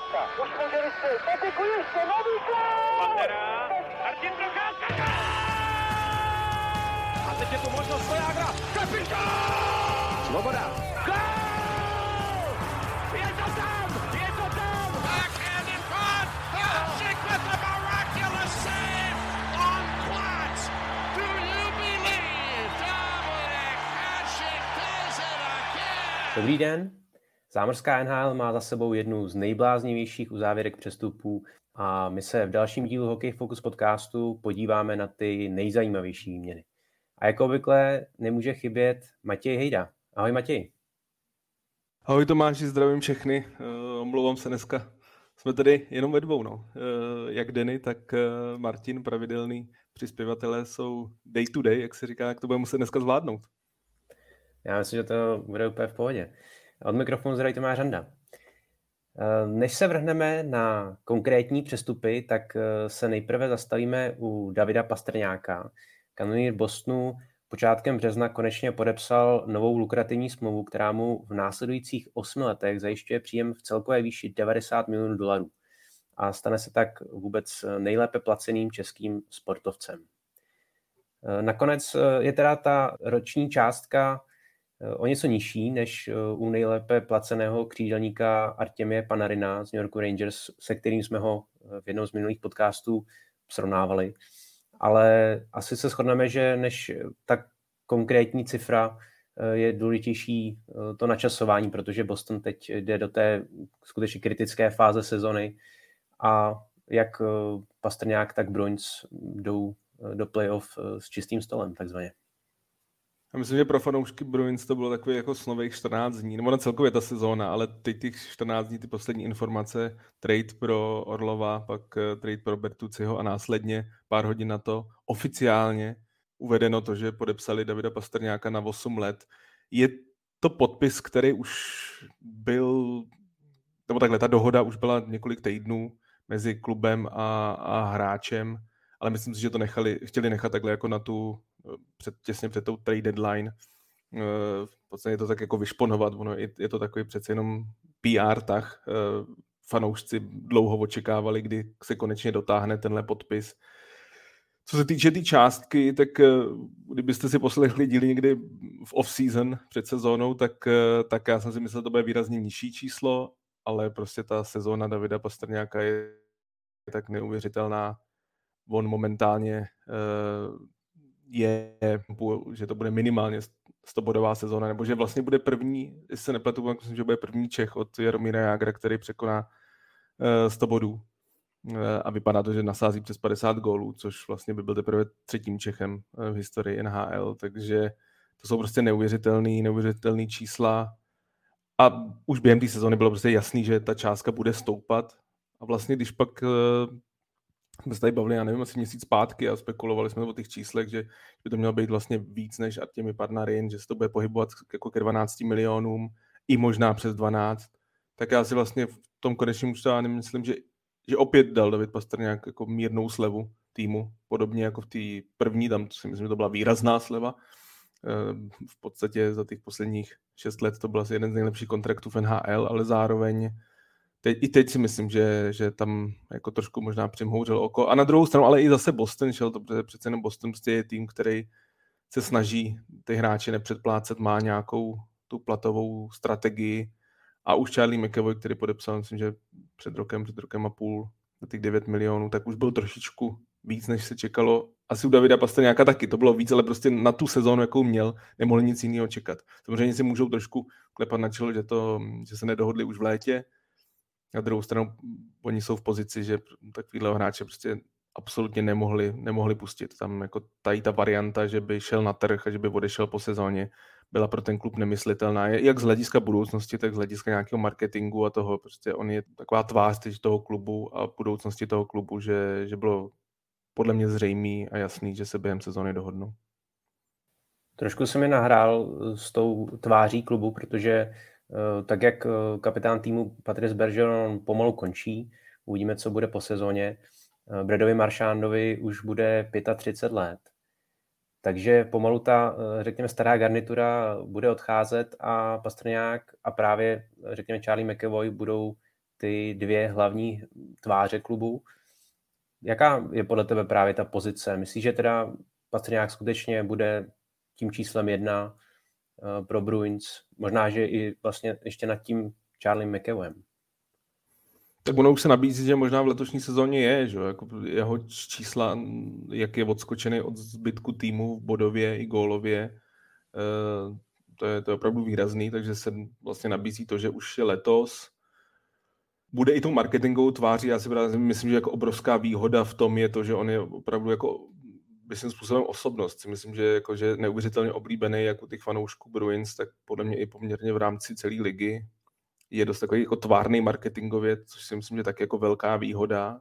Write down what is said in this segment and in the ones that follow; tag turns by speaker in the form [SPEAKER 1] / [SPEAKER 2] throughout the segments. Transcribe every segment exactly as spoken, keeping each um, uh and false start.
[SPEAKER 1] Už může vystřelit, Patiku ještě, nový gól!
[SPEAKER 2] Pantera, Martin Procházka! A teď je tu možnost Svojágra, kapitán!
[SPEAKER 3] Svoboda!
[SPEAKER 2] Gól! Je to tam, je to tam!
[SPEAKER 4] Backhand in front, Hasek with the miraculous save on Platz. Do you believe Dominik Hasek does it again?
[SPEAKER 5] Dobrý den. Zámořská N H L má za sebou jednu z nejbláznivějších uzávěrek přestupů a my se v dalším dílu Hockey Focus podcastu podíváme na ty nejzajímavější výměny. A jako obvykle nemůže chybět Matěj Hejda. Ahoj Matěj.
[SPEAKER 6] Ahoj Tomáši, zdravím všechny. Uh, omlouvám se dneska. Jsme tady jenom ve dvou, no. Uh, jak Denny, tak uh, Martin, pravidelný přispěvatelé jsou day to day, jak se říká, jak to bude muset dneska zvládnout.
[SPEAKER 5] Já myslím, že to bude úplně v pohodě. Od mikrofonu zdraví Tomáš Randa. Než se vrhneme na konkrétní přestupy, tak se nejprve zastavíme u Davida Pastrňáka. Kanonýr Bostonu počátkem března konečně podepsal novou lukrativní smlouvu, která mu v následujících osmi letech zajišťuje příjem v celkové výši devadesát milionů dolarů a stane se tak vůbec nejlépe placeným českým sportovcem. Nakonec je teda ta roční částka o něco nižší než u nejlépe placeného křídelníka Artěmie Panarina z New Yorku Rangers, se kterým jsme ho v jednom z minulých podcastů srovnávali. Ale asi se shodneme, že než ta konkrétní cifra je důležitější to načasování, protože Boston teď jde do té skutečně kritické fáze sezony a jak Pastrňák, tak Bruins jdou do playoff s čistým stolem, takzvaně.
[SPEAKER 6] Já myslím, že pro fanoušky Bruins to bylo takový jako snových čtrnáct dní, nebo na celkově ta sezóna, ale teď těch čtrnáct dní, ty poslední informace, trade pro Orlova, pak trade pro Bertucciho a následně pár hodin na to oficiálně uvedeno to, že podepsali Davida Pastrňáka na osm let. Je to podpis, který už byl, nebo takhle, ta dohoda už byla několik týdnů mezi klubem a, a hráčem, ale myslím si, že to nechali, chtěli nechat takhle jako na tu Před, těsně před tou trade deadline. V podstatě je to tak jako vyšponovat, ono je, je to takový přece jenom P R tah. Fanoušci dlouho očekávali, kdy se konečně dotáhne tenhle podpis. Co se týče té tý částky, tak kdybyste si poslechli díly někdy v off-season před sezónou, tak, tak já jsem si myslel, že to bude výrazně nižší číslo, ale prostě ta sezóna Davida Pastrňáka je tak neuvěřitelná. On momentálně je, že to bude minimálně stobodová sezóna, nebo že vlastně bude první, jestli se nepletu, myslím, že bude první Čech od Jaromíra Jágra, který překoná uh, sto bodů. Uh, a vypadá to, že nasází přes padesát gólů, což vlastně by byl teprve třetím Čechem uh, v historii N H L, takže to jsou prostě neuvěřitelný, neuvěřitelný čísla. A už během té sezóny bylo prostě jasný, že ta částka bude stoupat. A vlastně, když pak uh, jsme se tady bavili, já nevím, asi měsíc zpátky a spekulovali jsme o těch číslech, že by to mělo být vlastně víc než Artěmi Panarin, že se to bude pohybovat jako ke dvanácti milionům, i možná přes dvanáct. Tak já si vlastně v tom konečném účtování myslím, že, že opět dal David Pastrňák jako mírnou slevu týmu, podobně jako v té první, tam si myslím, že to byla výrazná sleva. V podstatě za těch posledních šest let to byl asi jeden z nejlepších kontraktů v N H L, ale zároveň Teď, i teď si myslím, že, že tam jako trošku možná přimhouřil oko. A na druhou stranu, ale i zase Boston šel, to protože přece jenom Boston prostě je tým, který se snaží ty hráče nepředplácet, má nějakou tu platovou strategii. A už Charlie McAvoy, který podepsal, myslím, že před rokem, před rokem a půl, za těch devět milionů, tak už byl trošičku víc, než se čekalo. Asi u Davida Pastrňáka taky, to bylo víc, ale prostě na tu sezónu, jakou měl, nemohli nic jiného čekat. Samozřejmě si můžou trošku klepat na čelo, že, to, že se nedohodli už v létě. Na druhou stranu, oni jsou v pozici, že takovýhle hráče prostě absolutně nemohli, nemohli pustit. Tam jako tady ta varianta, že by šel na trh a že by odešel po sezóně, byla pro ten klub nemyslitelná. Jak z hlediska budoucnosti, tak z hlediska nějakého marketingu a toho. Prostě on je taková tvář toho klubu a budoucnosti toho klubu, že, že bylo podle mě zřejmý a jasný, že se během sezóny dohodnou.
[SPEAKER 5] Trošku se mi nahrál s tou tváří klubu, protože tak jak kapitán týmu Patrice Bergeron pomalu končí, uvidíme, co bude po sezóně. Bradovi Marchandovi už bude třicet pět let, takže pomalu ta, řekněme, stará garnitura bude odcházet a Pastrňák a právě, řekněme, Charlie McAvoy budou ty dvě hlavní tváře klubu. Jaká je podle tebe právě ta pozice? Myslíš, že teda Pastrňák skutečně bude tím číslem jedna pro Bruins? Možná, že i vlastně ještě nad tím Charlie McAvoyem.
[SPEAKER 6] Tak ono už se nabízí, že možná v letošní sezóně je, že jako jeho čísla, jak je odskočený od zbytku týmu v bodově i gólově, to je, to je opravdu výrazný, takže se vlastně nabízí to, že už je letos. Bude i tou marketingovou tváří, já si právě myslím, že jako obrovská výhoda v tom je to, že on je opravdu jako svým způsobem osobnost. Myslím, že, jako, že neuvěřitelně oblíbený jako těch fanoušků Bruins, tak podle mě i poměrně v rámci celé ligy. Je dost takový jako tvárný marketingově, což si myslím, že tak jako velká výhoda.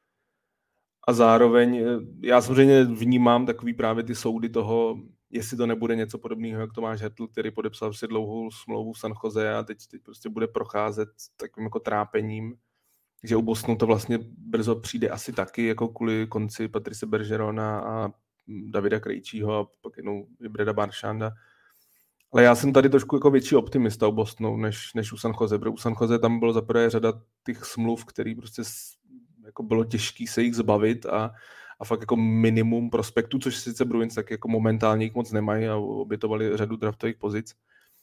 [SPEAKER 6] A zároveň já samozřejmě vnímám takový právě ty soudy toho, jestli to nebude něco podobného, jak Tomáš Hertl, který podepsal si dlouhou smlouvu v San Jose a teď, teď prostě bude procházet takovým jako trápením, že u Bostonu to vlastně brzo přijde asi taky, jako kvůli konci Patrice Bergerona a Davida Krejčího a pak jednou i Breda Marchanda. Ale já jsem tady trošku jako větší optimista u Bostonu, než, než u San Jose. Protože u San Jose tam bylo zaprvé řada těch smluv, který prostě jako bylo těžké se jich zbavit a, a fakt jako minimum prospektů, což sice Bruins tak jako momentálně jich moc nemají a obětovali řadu draftových pozic.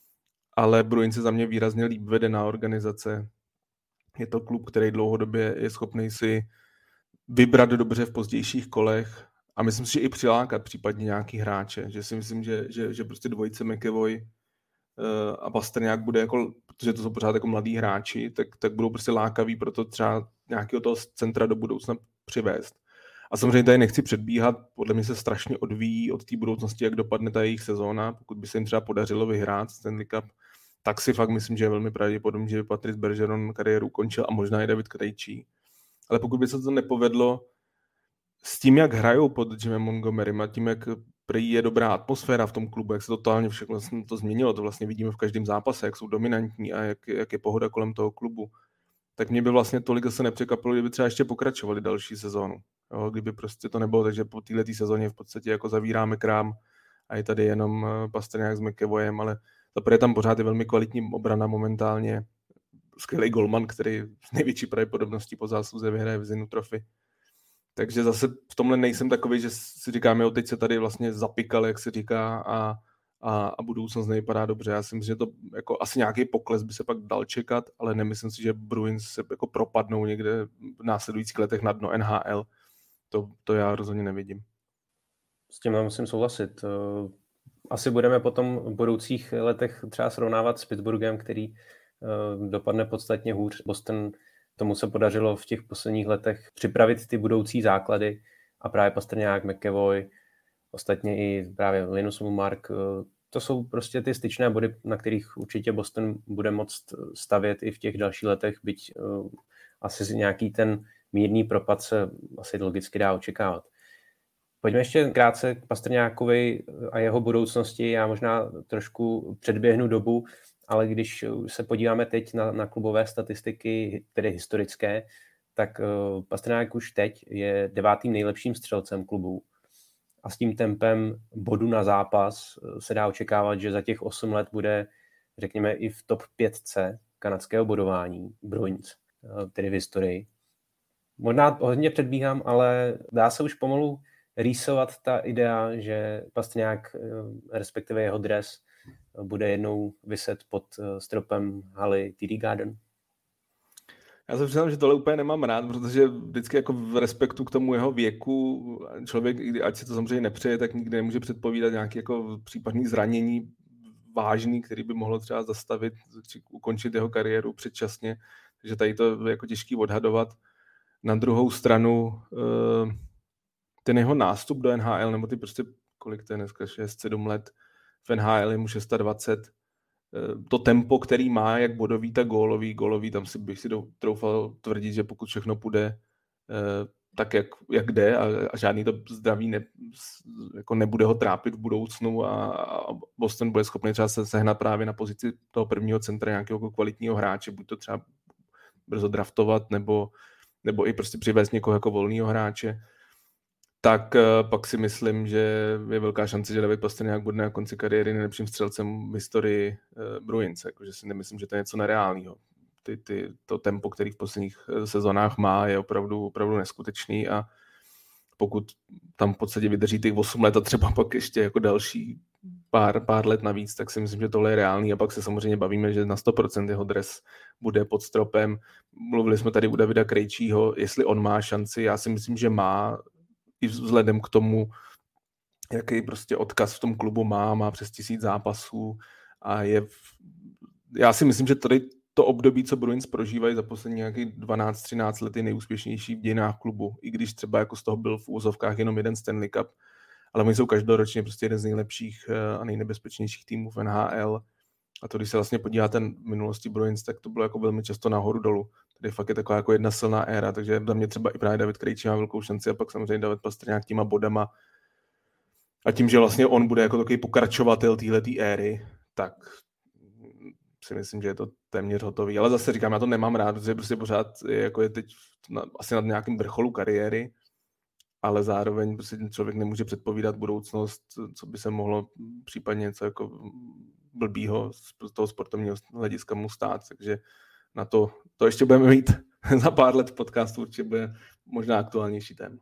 [SPEAKER 6] Ale Bruins je za mě výrazně líp vedená organizace. Je to klub, který dlouhodobě je schopný si vybrat dobře v pozdějších kolech a myslím si, že i přilákat případně nějaký hráče. Že si myslím, že, že, že prostě dvojice McAvoy uh, a Pastrňák bude jako, protože to jsou pořád jako mladí hráči, tak, tak budou prostě lákaví pro to třeba nějakého toho centra do budoucna přivést. A samozřejmě tady nechci předbíhat, podle mě se strašně odvíjí od té budoucnosti, jak dopadne ta jejich sezóna. Pokud by se jim třeba podařilo vyhrát Stanley Cup, tak si fakt myslím, že je velmi pravděpodobné, že by Patrice Bergeron kariéru ukončil a možná i David Krejčí. Ale pokud by se to nepovedlo, s tím, jak hrajou pod Jimem Montgomerym a tím, jak prý je dobrá atmosféra v tom klubu, jak se totálně všechno vlastně to změnilo, to vlastně vidíme v každém zápase, jak jsou dominantní a jak, jak je pohoda kolem toho klubu, tak mě by vlastně tolik se nepřekvapilo, kdyby třeba ještě pokračovali další sezónu. Jo, kdyby prostě to nebylo, takže po této sezóně v podstatě jako zavíráme krám a je tady jenom Pastrňák s McAvoyem, ale zaprvé tam pořád je velmi kvalitní obrana momentálně. Skvělý golman, který s největší pravděpodobností po zásluze vyhraje Vezinu Trophy. Takže zase v tomhle nejsem takový, že si říkáme, jo, teď se tady vlastně zapikal, jak se říká, a, a, a budoucnost nevypadá dobře. Já si myslím, že to jako asi nějaký pokles by se pak dal čekat, ale nemyslím si, že Bruins se jako propadnou někde v následujících letech na dno N H L. To, to já rozhodně nevidím.
[SPEAKER 5] S tím musím souhlasit. Asi budeme potom v budoucích letech třeba srovnávat s Pittsburghem, který dopadne podstatně hůř. Boston, tomu se podařilo v těch posledních letech připravit ty budoucí základy a právě Pastrňák, McAvoy, ostatně i právě Linus Ullmark, to jsou prostě ty styčné body, na kterých určitě Boston bude moct stavět i v těch dalších letech, byť asi nějaký ten mírný propad se asi logicky dá očekávat. Pojďme ještě krátce k Pastrňákovi a jeho budoucnosti. Já možná trošku předběhnu dobu, ale když se podíváme teď na, na klubové statistiky, tedy historické, tak uh, Pastrňák už teď je devátým nejlepším střelcem klubu. A s tím tempem bodu na zápas se dá očekávat, že za těch osm let bude, řekněme, i v top pětce kanadského bodování Bruins, uh, tedy v historii. Možná hodně předbíhám, ale dá se už pomalu rýsovat ta idea, že Pastrňák, respektive jeho dres, bude jednou viset pod stropem haly T D Garden.
[SPEAKER 6] Já se přiznám, že tohle úplně nemám rád, protože vždycky jako v respektu k tomu jeho věku člověk, ať si to samozřejmě nepřeje, tak nikdy nemůže předpovídat nějaké jako případné zranění vážný, který by mohlo třeba zastavit či ukončit jeho kariéru předčasně. Takže tady to je jako těžký odhadovat. Na druhou stranu ten jeho nástup do N H L, nebo ty prostě, kolik to je dneska, šest sedm let, v N H L je mu dvacet šest, to tempo, který má, jak bodový, tak gólový, gólový, tam si bych si troufal tvrdit, že pokud všechno půjde tak, jak, jak jde a, a žádný to zdraví ne, jako nebude ho trápit v budoucnu a, a Boston bude schopný třeba se sehnat právě na pozici toho prvního centra nějakého kvalitního hráče, buď to třeba brzo draftovat, nebo, nebo i prostě přivést někoho jako volného hráče, tak pak si myslím, že je velká šance, že David Pastrňák bude na konci kariéry nejlepším střelcem v historii Bruins. Jakože si nemyslím, že to je něco nereálného. ty, ty, to tempo, který v posledních sezónách má, je opravdu, opravdu neskutečný a pokud tam v podstatě vydrží těch osm let a třeba pak ještě jako další pár, pár let navíc, tak si myslím, že tohle je reálný a pak se samozřejmě bavíme, že na sto procent jeho dres bude pod stropem. Mluvili jsme tady u Davida Krejčího, jestli on má šanci, já si myslím, že má i vzhledem k tomu, jaký prostě odkaz v tom klubu má, má přes tisíc zápasů a je, v... já si myslím, že tady to období, co Bruins prožívají za poslední nějaký dvanáct třináct let je nejúspěšnější v dějinách klubu, i když třeba jako z toho byl v úzovkách jenom jeden Stanley Cup, ale oni jsou každoročně prostě jeden z nejlepších a nejnebezpečnějších týmů v N H L a to, když se vlastně podíváte v minulosti Bruins, tak to bylo jako velmi často nahoru dolů. Tady fakt je taková jako jedna silná éra, takže za mě třeba i právě David Krejčí má velkou šanci a pak samozřejmě David Pastrňák těma bodama a tím, že vlastně on bude jako takový pokračovatel téhletý éry, tak si myslím, že je to téměř hotový. Ale zase říkám, já to nemám rád, protože prostě pořád je, jako je teď na, asi nad nějakým vrcholu kariéry, ale zároveň prostě člověk nemůže předpovídat budoucnost, co by se mohlo případně něco jako blbýho z toho sportovního hlediska mu stát, takže na to, to ještě budeme mít za pár let v podcastu, určitě bude možná aktuálnější téma.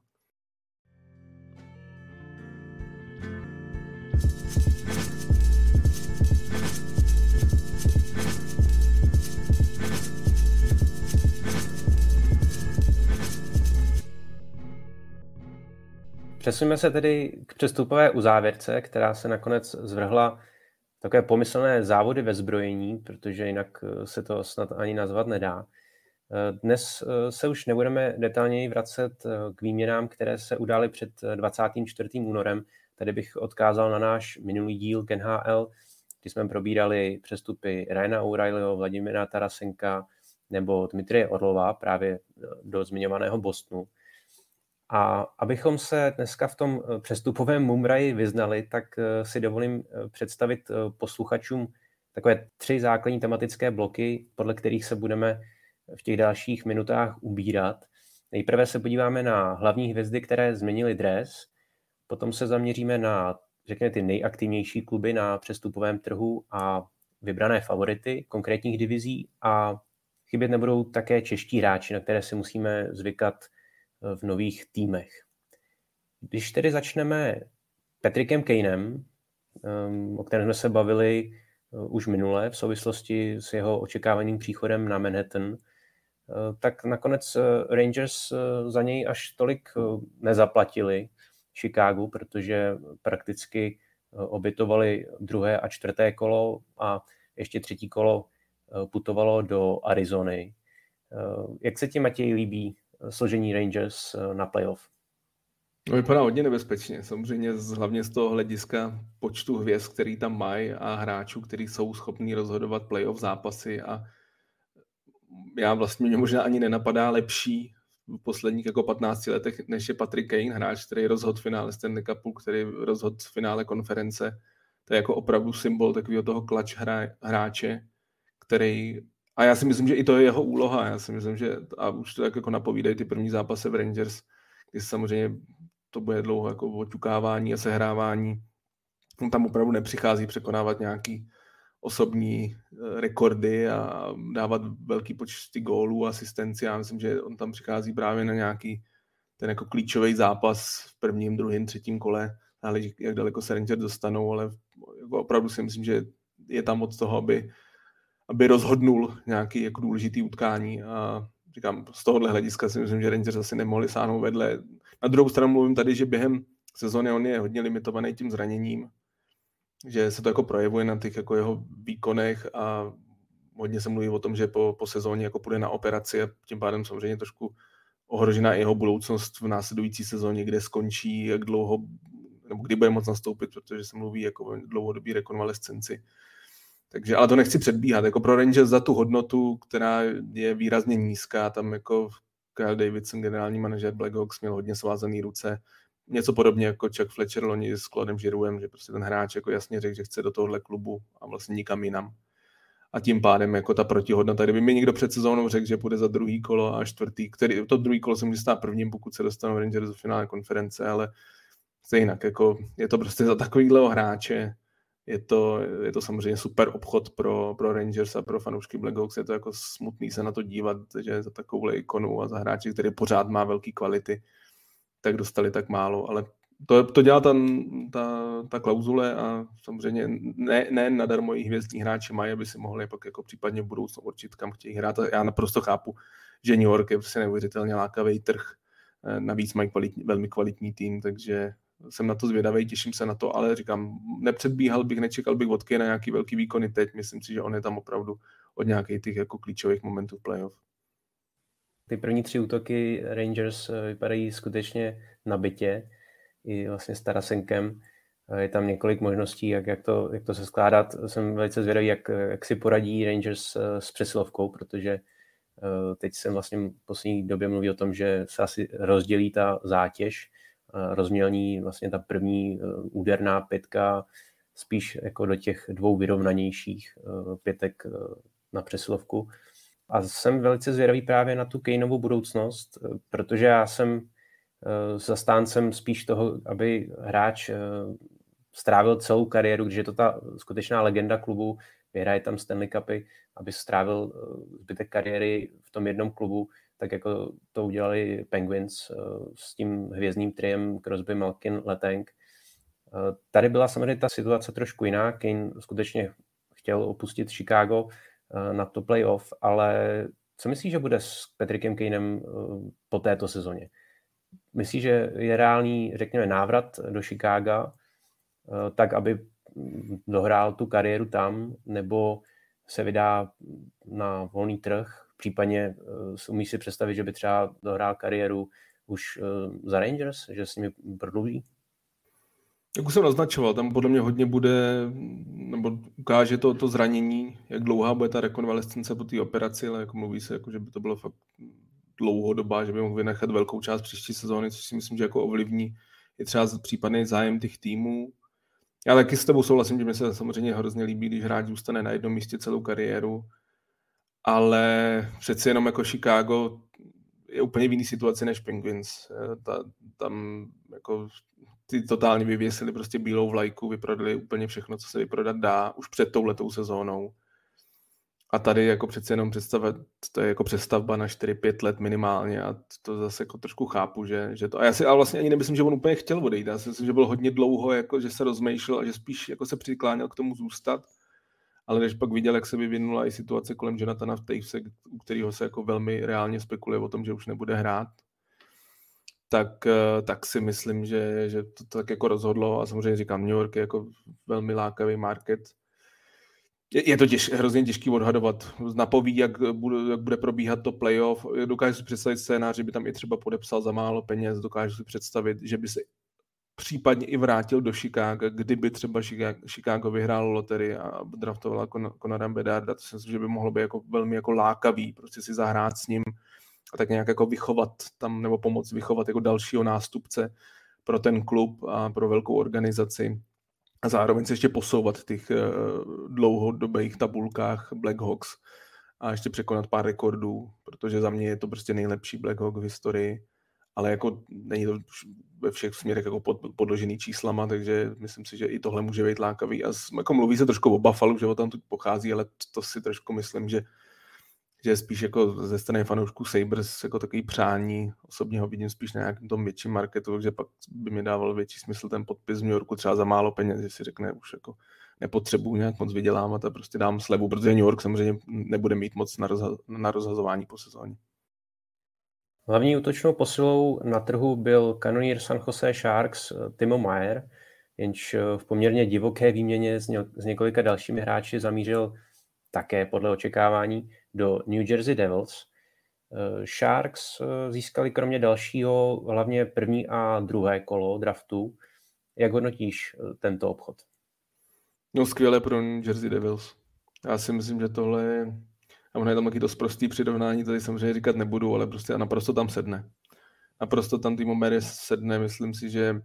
[SPEAKER 5] Přesuňme se tedy k přestupové uzávěrce, která se nakonec zvrhla takové pomyslné závody ve zbrojení, protože jinak se to snad ani nazvat nedá. Dnes se už nebudeme detailněji vracet k výměnám, které se udály před dvacátým čtvrtým únorem. Tady bych odkázal na náš minulý díl k N H L, kdy jsme probírali přestupy Ryana O'Reillyho, Vladimira Tarasenka nebo Dmitrije Orlova právě do zmiňovaného Bostonu. A abychom se dneska v tom přestupovém mumraji vyznali, tak si dovolím představit posluchačům takové tři základní tematické bloky, podle kterých se budeme v těch dalších minutách ubírat. Nejprve se podíváme na hlavní hvězdy, které změnily dres, potom se zaměříme na, řekněme, ty nejaktivnější kluby na přestupovém trhu a vybrané favority konkrétních divizí a chybět nebudou také čeští hráči, na které si musíme zvykat v nových týmech. Když tedy začneme Patrickem Kanem, o kterém jsme se bavili už minule v souvislosti s jeho očekávaným příchodem na Manhattan, tak nakonec Rangers za něj až tolik nezaplatili Chicagu, protože prakticky obětovali druhé a čtvrté kolo a ještě třetí kolo putovalo do Arizony. Jak se ti, Matěj, líbí složení Rangers na playoff?
[SPEAKER 6] No, vypadá hodně nebezpečně, samozřejmě hlavně z toho hlediska počtu hvězd, který tam mají a hráčů, kteří jsou schopní rozhodovat playoff zápasy a já vlastně mě možná ani nenapadá lepší v posledních jako patnácti letech, než je Patrick Kane, hráč, který rozhodl v finále Stanley Cupu, který rozhodl v finále konference. To je jako opravdu symbol takového toho clutch hráče, který... A já si myslím, že i to je jeho úloha. Já si myslím, že a už to tak jako napovídají ty první zápasy v Rangers, kdy samozřejmě to bude dlouho jako oťukávání a sehrávání. On tam opravdu nepřichází překonávat nějaký osobní rekordy a dávat velký počty gólů, asistenci. Já myslím, že on tam přichází právě na nějaký ten jako klíčový zápas v prvním, druhém, třetím kole. Záleží, jak daleko se Rangers dostanou, ale jako opravdu si myslím, že je tam od toho, aby aby rozhodnul nějaký jako důležitý utkání a říkám, z tohohle hlediska si myslím, že Rangers asi nemohli sáhnout vedle. Na druhou stranu mluvím tady, že během sezóny on je hodně limitovaný tím zraněním, že se to jako projevuje na těch jako jeho výkonech a hodně se mluví o tom, že po, po sezóně jako půjde na operaci a tím pádem samozřejmě trošku ohrožená jeho budoucnost v následující sezóně, kde skončí, jak dlouho, nebo kdy bude moc nastoupit, protože se mluví jako o dlouhodobý rekonvalescenci. Takže, ale to nechci předbíhat. Jako pro Rangers za tu hodnotu, která je výrazně nízká, tam jako Kyle Davidson, generální manažer Blackhawks, měl hodně svázaný ruce. Něco podobně jako Chuck Fletcher loni s Claudem Girouxem, že prostě ten hráč jako jasně řekl, že chce do tohohle klubu a vlastně nikam jinam. A tím pádem jako ta protihodnota, kdyby mi někdo před sezónou řekl, že půjde za druhý kolo a čtvrtý, který, to druhý kolo se může stát prvním, pokud se dostanou Rangers do finále konference, ale stejnak, jako je to prostě za takovýhle hráče, je to, je to samozřejmě super obchod pro, pro Rangers a pro fanoušky Blackhawks. Je to jako smutný se na to dívat, že za takovouhle ikonu a za hráči, který pořád má velký kvality, tak dostali tak málo, ale to, to dělá ta, ta, ta klauzule a samozřejmě ne, ne nadarmo i hvězdní hráči mají, aby si mohli pak jako případně v budoucnu určit, kam chtějí hrát. A já naprosto chápu, že New York je prostě neuvěřitelně lákavý trh, navíc mají kvalitní, velmi kvalitní tým, takže jsem na to zvědavý, těším se na to, ale říkám, nepředbíhal bych, nečekal bych od Kane na nějaký velký výkony teď, myslím si, že on je tam opravdu od nějakých těch jako klíčových momentů v playoff.
[SPEAKER 5] Ty první tři útoky Rangers vypadají skutečně nabitě, i vlastně s Tarasenkem. Je tam několik možností, jak, jak, to, jak to se skládat. Jsem velice zvědavý, jak, jak si poradí Rangers s přesilovkou, protože teď jsem vlastně v poslední době mluví o tom, že se asi rozdělí ta zátěž, rozmělní vlastně ta první úderná pětka spíš jako do těch dvou vyrovnanějších pětek na přesilovku. A jsem velice zvědavý právě na tu Kaneovu budoucnost, protože já jsem zastáncem spíš toho, aby hráč strávil celou kariéru, když je to ta skutečná legenda klubu, vyhraje tam Stanley Cupy, aby strávil zbytek kariéry v tom jednom klubu, tak jako to udělali Penguins s tím hvězdným triem Crosby, Malkin, Letang. Tady byla samozřejmě ta situace trošku jiná. Kane skutečně chtěl opustit Chicago na to playoff, ale co myslíš, že bude s Patrickem Kanem po této sezóně? Myslíš, že je reálný, řekněme, návrat do Chicaga, tak aby dohrál tu kariéru tam, nebo se vydá na volný trh, případně umíš si představit, že by třeba dohrál kariéru už za Rangers, že s nimi prodlouží?
[SPEAKER 6] Jak už jsem naznačoval, tam podle mě hodně bude, nebo ukáže to, to zranění, jak dlouhá bude ta rekonvalescence po té operaci, ale jako mluví se, jako, že by to bylo fakt dlouhodobá, že by mohl vynechat velkou část příští sezóny, což si myslím, že jako ovlivní je třeba případný zájem těch týmů. Já taky s tebou souhlasím, že mi se samozřejmě hrozně líbí, když hráč zůstane na jednom místě celou kariéru, ale přeci jenom jako Chicago je úplně v jiný situaci než Penguins. Ta, tam jako ty totálně vyvěsili prostě bílou vlajku, vyprodali úplně všechno, co se vyprodat dá, už před touhletou sezónou. A tady jako přece jenom představit, to je jako přestavba na čtyři pět let minimálně a to zase jako trošku chápu, že, že to... A já si ale vlastně ani nemyslím, že on úplně chtěl odejít. Já si myslím, že byl hodně dlouho, jako, že se rozmýšlel a že spíš jako se přikláněl k tomu zůstat. Ale když pak viděl, jak se vyvinula i situace kolem Jonathana Tavese, u kterého se jako velmi reálně spekuluje o tom, že už nebude hrát, tak, tak si myslím, že, že to tak jako rozhodlo a samozřejmě říkám, New York je jako velmi lákavý market. Je, je to těž, hrozně těžký odhadovat. Napoví, jak bude, jak bude probíhat to playoff. Dokážu si představit scénář, že by tam i třeba podepsal za málo peněz. Dokážu si představit, že by se případně i vrátil do Chicaga, kdyby třeba Chicago vyhrálo loterii a draftovala Connora Bedarda. To si myslím, že by mohlo být jako velmi jako lákavý, prostě si zahrát s ním a tak nějak jako vychovat tam, nebo pomoct vychovat jako dalšího nástupce pro ten klub a pro velkou organizaci. A zároveň se ještě posouvat v těch uh, dlouhodobých tabulkách Blackhawks a ještě překonat pár rekordů, protože za mě je to prostě nejlepší Blackhawk v historii, ale jako není to ve všech směrech jako pod, podložený číslama, takže myslím si, že i tohle může být lákavý. A jako mluví se trošku o Buffalo, že o tam tu pochází, ale to si trošku myslím, že že spíš jako ze strany fanoušků Sabres jako takový přání. Osobně ho vidím spíš na nějakém tom větším marketu, takže pak by mi dával větší smysl ten podpis v New Yorku třeba za málo peněz, že si řekne už jako nepotřebuji nějak moc vydělávat a prostě dám slevu, protože New York samozřejmě nebude mít moc na, rozha- na rozhazování po sezóně.
[SPEAKER 5] Hlavní útočnou posilou na trhu byl kanonýr San Jose Sharks Timo Meier, jenž v poměrně divoké výměně s, ně- s několika dalšími hráči zamířil také podle očekávání do New Jersey Devils. Sharks získali kromě dalšího hlavně první a druhé kolo draftu. Jak hodnotíš tento obchod?
[SPEAKER 6] No skvěle pro New Jersey Devils. Já si myslím, že tohle je, a ono je tam taky dost prostý přirovnání, tady samozřejmě říkat nebudu, ale prostě naprosto tam sedne. Naprosto tam Timo Meier sedne, myslím si, že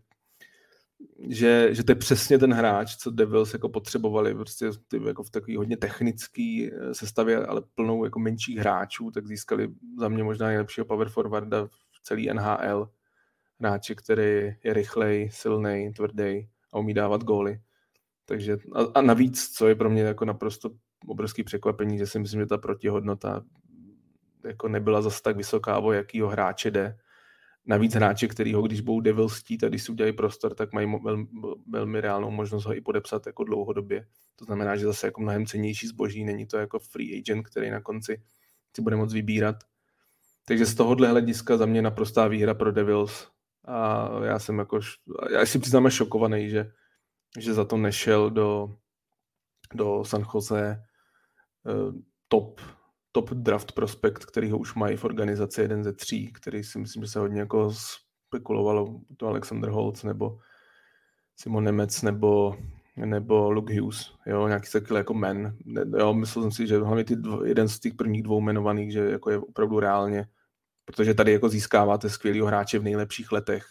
[SPEAKER 6] Že, že to je přesně ten hráč, co Devils jako potřebovali, prostě ty, jako v takový hodně technický sestavě, ale plnou jako menších hráčů, tak získali za mě možná nejlepšího power forwarda v celý N H L. Hráče, který je rychlej, silnej, tvrdý a umí dávat góly. Takže a, a navíc, co je pro mě jako naprosto obrovský překvapení, že si myslím, že ta protihodnota jako nebyla zase tak vysoká, o jakýho hráče jde. Navíc hráče, kterýho, když budou Devils chtít a když si udělají prostor, tak mají velmi, velmi reálnou možnost ho i podepsat jako dlouhodobě. To znamená, že zase jako mnohem cennější zboží, není to jako free agent, který na konci si bude moct vybírat. Takže z tohohle hlediska za mě naprostá výhra pro Devils. A já jsem jako, já si přiznám šokovaný, že, že za to nešel do, do San Jose uh, top top draft prospekt, který ho už mají v organizaci jeden ze tří, který si myslím, že se hodně jako spekulovalo, to Alexander Holtz nebo Simon Nemec nebo, nebo Luke Hughes, jo, nějaký takový jako men. Jo, myslel jsem si, že hlavně ty dvo, jeden z těch prvních dvou jmenovaných, že jako je opravdu reálně, protože tady jako získáváte skvělýho hráče v nejlepších letech.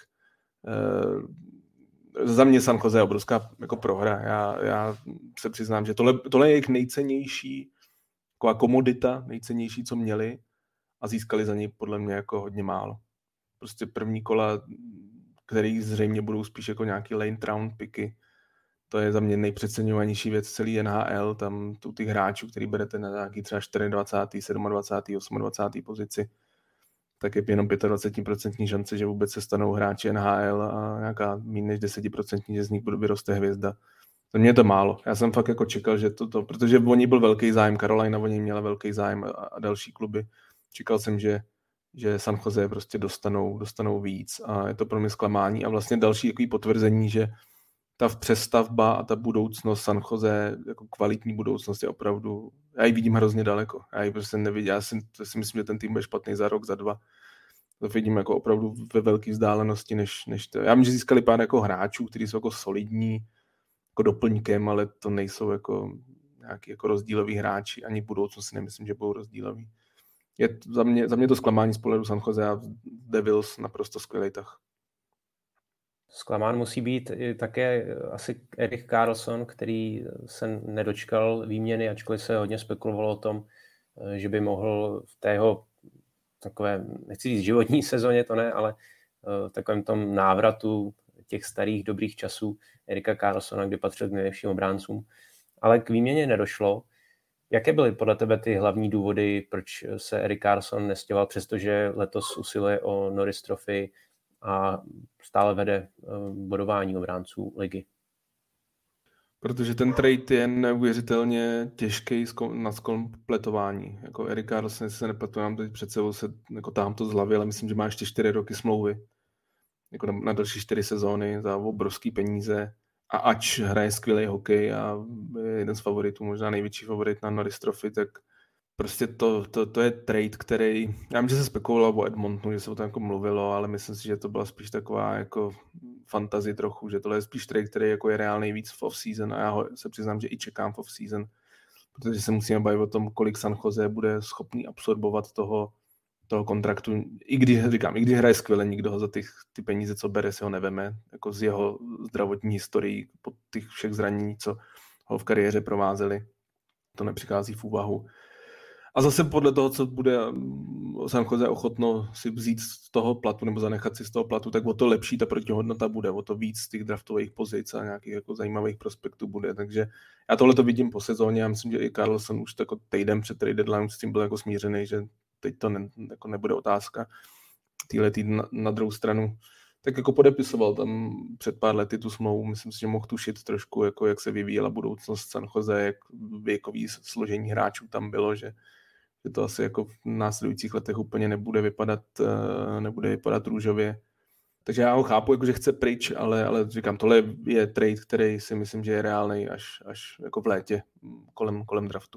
[SPEAKER 6] E, za mě San Jose je obrovská jako prohra. Já, já se přiznám, že tohle, tohle je jejich nejcennější taková komodita, nejcennější, co měli a získali za něj podle mě jako hodně málo. Prostě první kola, který zřejmě budou spíš jako nějaký late round picky, to je za mě nejpřeceňovanější věc celý N H L, tam tu těch hráčů, který berete na nějaký třeba dvacátý čtvrtý, dvacátý sedmý, dvacátý osmý pozici, tak je jenom dvacet pět procent šance, že vůbec se stanou hráči N H L a nějaká méně než deset procent, že z nich vyroste hvězda. Za mě je to málo. Já jsem fakt jako čekal, že to, to protože o ní byl velký zájem, Carolina o něj měla velký zájem a, a další kluby. Čekal jsem, že, že San Jose prostě dostanou, dostanou víc a je to pro mě zklamání a vlastně další takový potvrzení, že ta přestavba a ta budoucnost San Jose, jako kvalitní budoucnost je opravdu, já ji vidím hrozně daleko. Já ji prostě nevidím, já si, si myslím, že ten tým bude špatný za rok, za dva. To vidím jako opravdu ve velké vzdálenosti, než, než to. Já myslím, že získali pár jako hráčů, kteří jsou jako solidní, jako doplňkem, ale to nejsou jako nějaký jako rozdíloví hráči, ani v budoucnu si nemyslím, že budou rozdíloví. Je to, za, mě, za mě to zklamání z pohledu San Jose a Devils naprosto skvělý tah.
[SPEAKER 5] Zklamán musí být i také asi Erik Karlsson, který se nedočkal výměny, ačkoliv se hodně spekulovalo o tom, že by mohl v té jeho takové, nechci říct životní sezóně, to ne, ale v takovém tom návratu těch starých dobrých časů Erika Karlssona, kdy patřil k nejlepším obráncům. Ale k výměně nedošlo. Jaké byly podle tebe ty hlavní důvody, proč se Erik Karlsson nestěhoval, přestože letos usiluje o Norris Trophy a stále vede bodování obránců ligy?
[SPEAKER 6] Protože ten trade je neuvěřitelně těžký na zkompletování. Jako Erik Karlsson, jestli se nepletu, mám teď před sebou, se jako táhám to z hlavy, ale myslím, že má ještě čtyři roky smlouvy. Jako na, na další čtyři sezóny za obrovský peníze a ač hraje skvělý hokej a je jeden z favoritů, možná největší favorit na Norris Trophy, tak prostě to, to, to je trade, který, já vím, že se spekulovalo o Edmontonu, že se o tom jako mluvilo, ale myslím si, že to byla spíš taková jako fantazie trochu, že tohle je spíš trade, který jako je reálnej víc v off-season a já ho, se přiznám, že i čekám v off-season, protože se musíme bavit o tom, kolik San Jose bude schopný absorbovat toho toho kontraktu, i když, říkám, i když hraje skvěle, nikdo ho za těch, ty peníze, co bere, si ho neveme, jako z jeho zdravotní historií, po těch všech zranění, co ho v kariéře provázeli, to nepřichází v úvahu. A zase podle toho, co bude San Jose ochotno si vzít z toho platu nebo zanechat si z toho platu, tak o to lepší ta protihodnota bude, o to víc z těch draftových pozic a nějakých jako zajímavých prospektů bude. Takže já tohle to vidím po sezóně a myslím, že i Karlsson už jako týden před trade deadline s tím byl jako smířený, že teď to ne, jako nebude otázka. Týhle týden na, na druhou stranu tak jako podepisoval tam před pár lety tu smlouvu, myslím si, že mohl tušit trošku, jako jak se vyvíjela budoucnost San Jose, jak věkový složení hráčů tam bylo, že, že to asi jako v následujících letech úplně nebude vypadat, nebude vypadat růžově. Takže já ho chápu, jako že chce pryč, ale, ale říkám, tohle je trade, který si myslím, že je reálnej až, až jako v létě kolem, kolem draftu.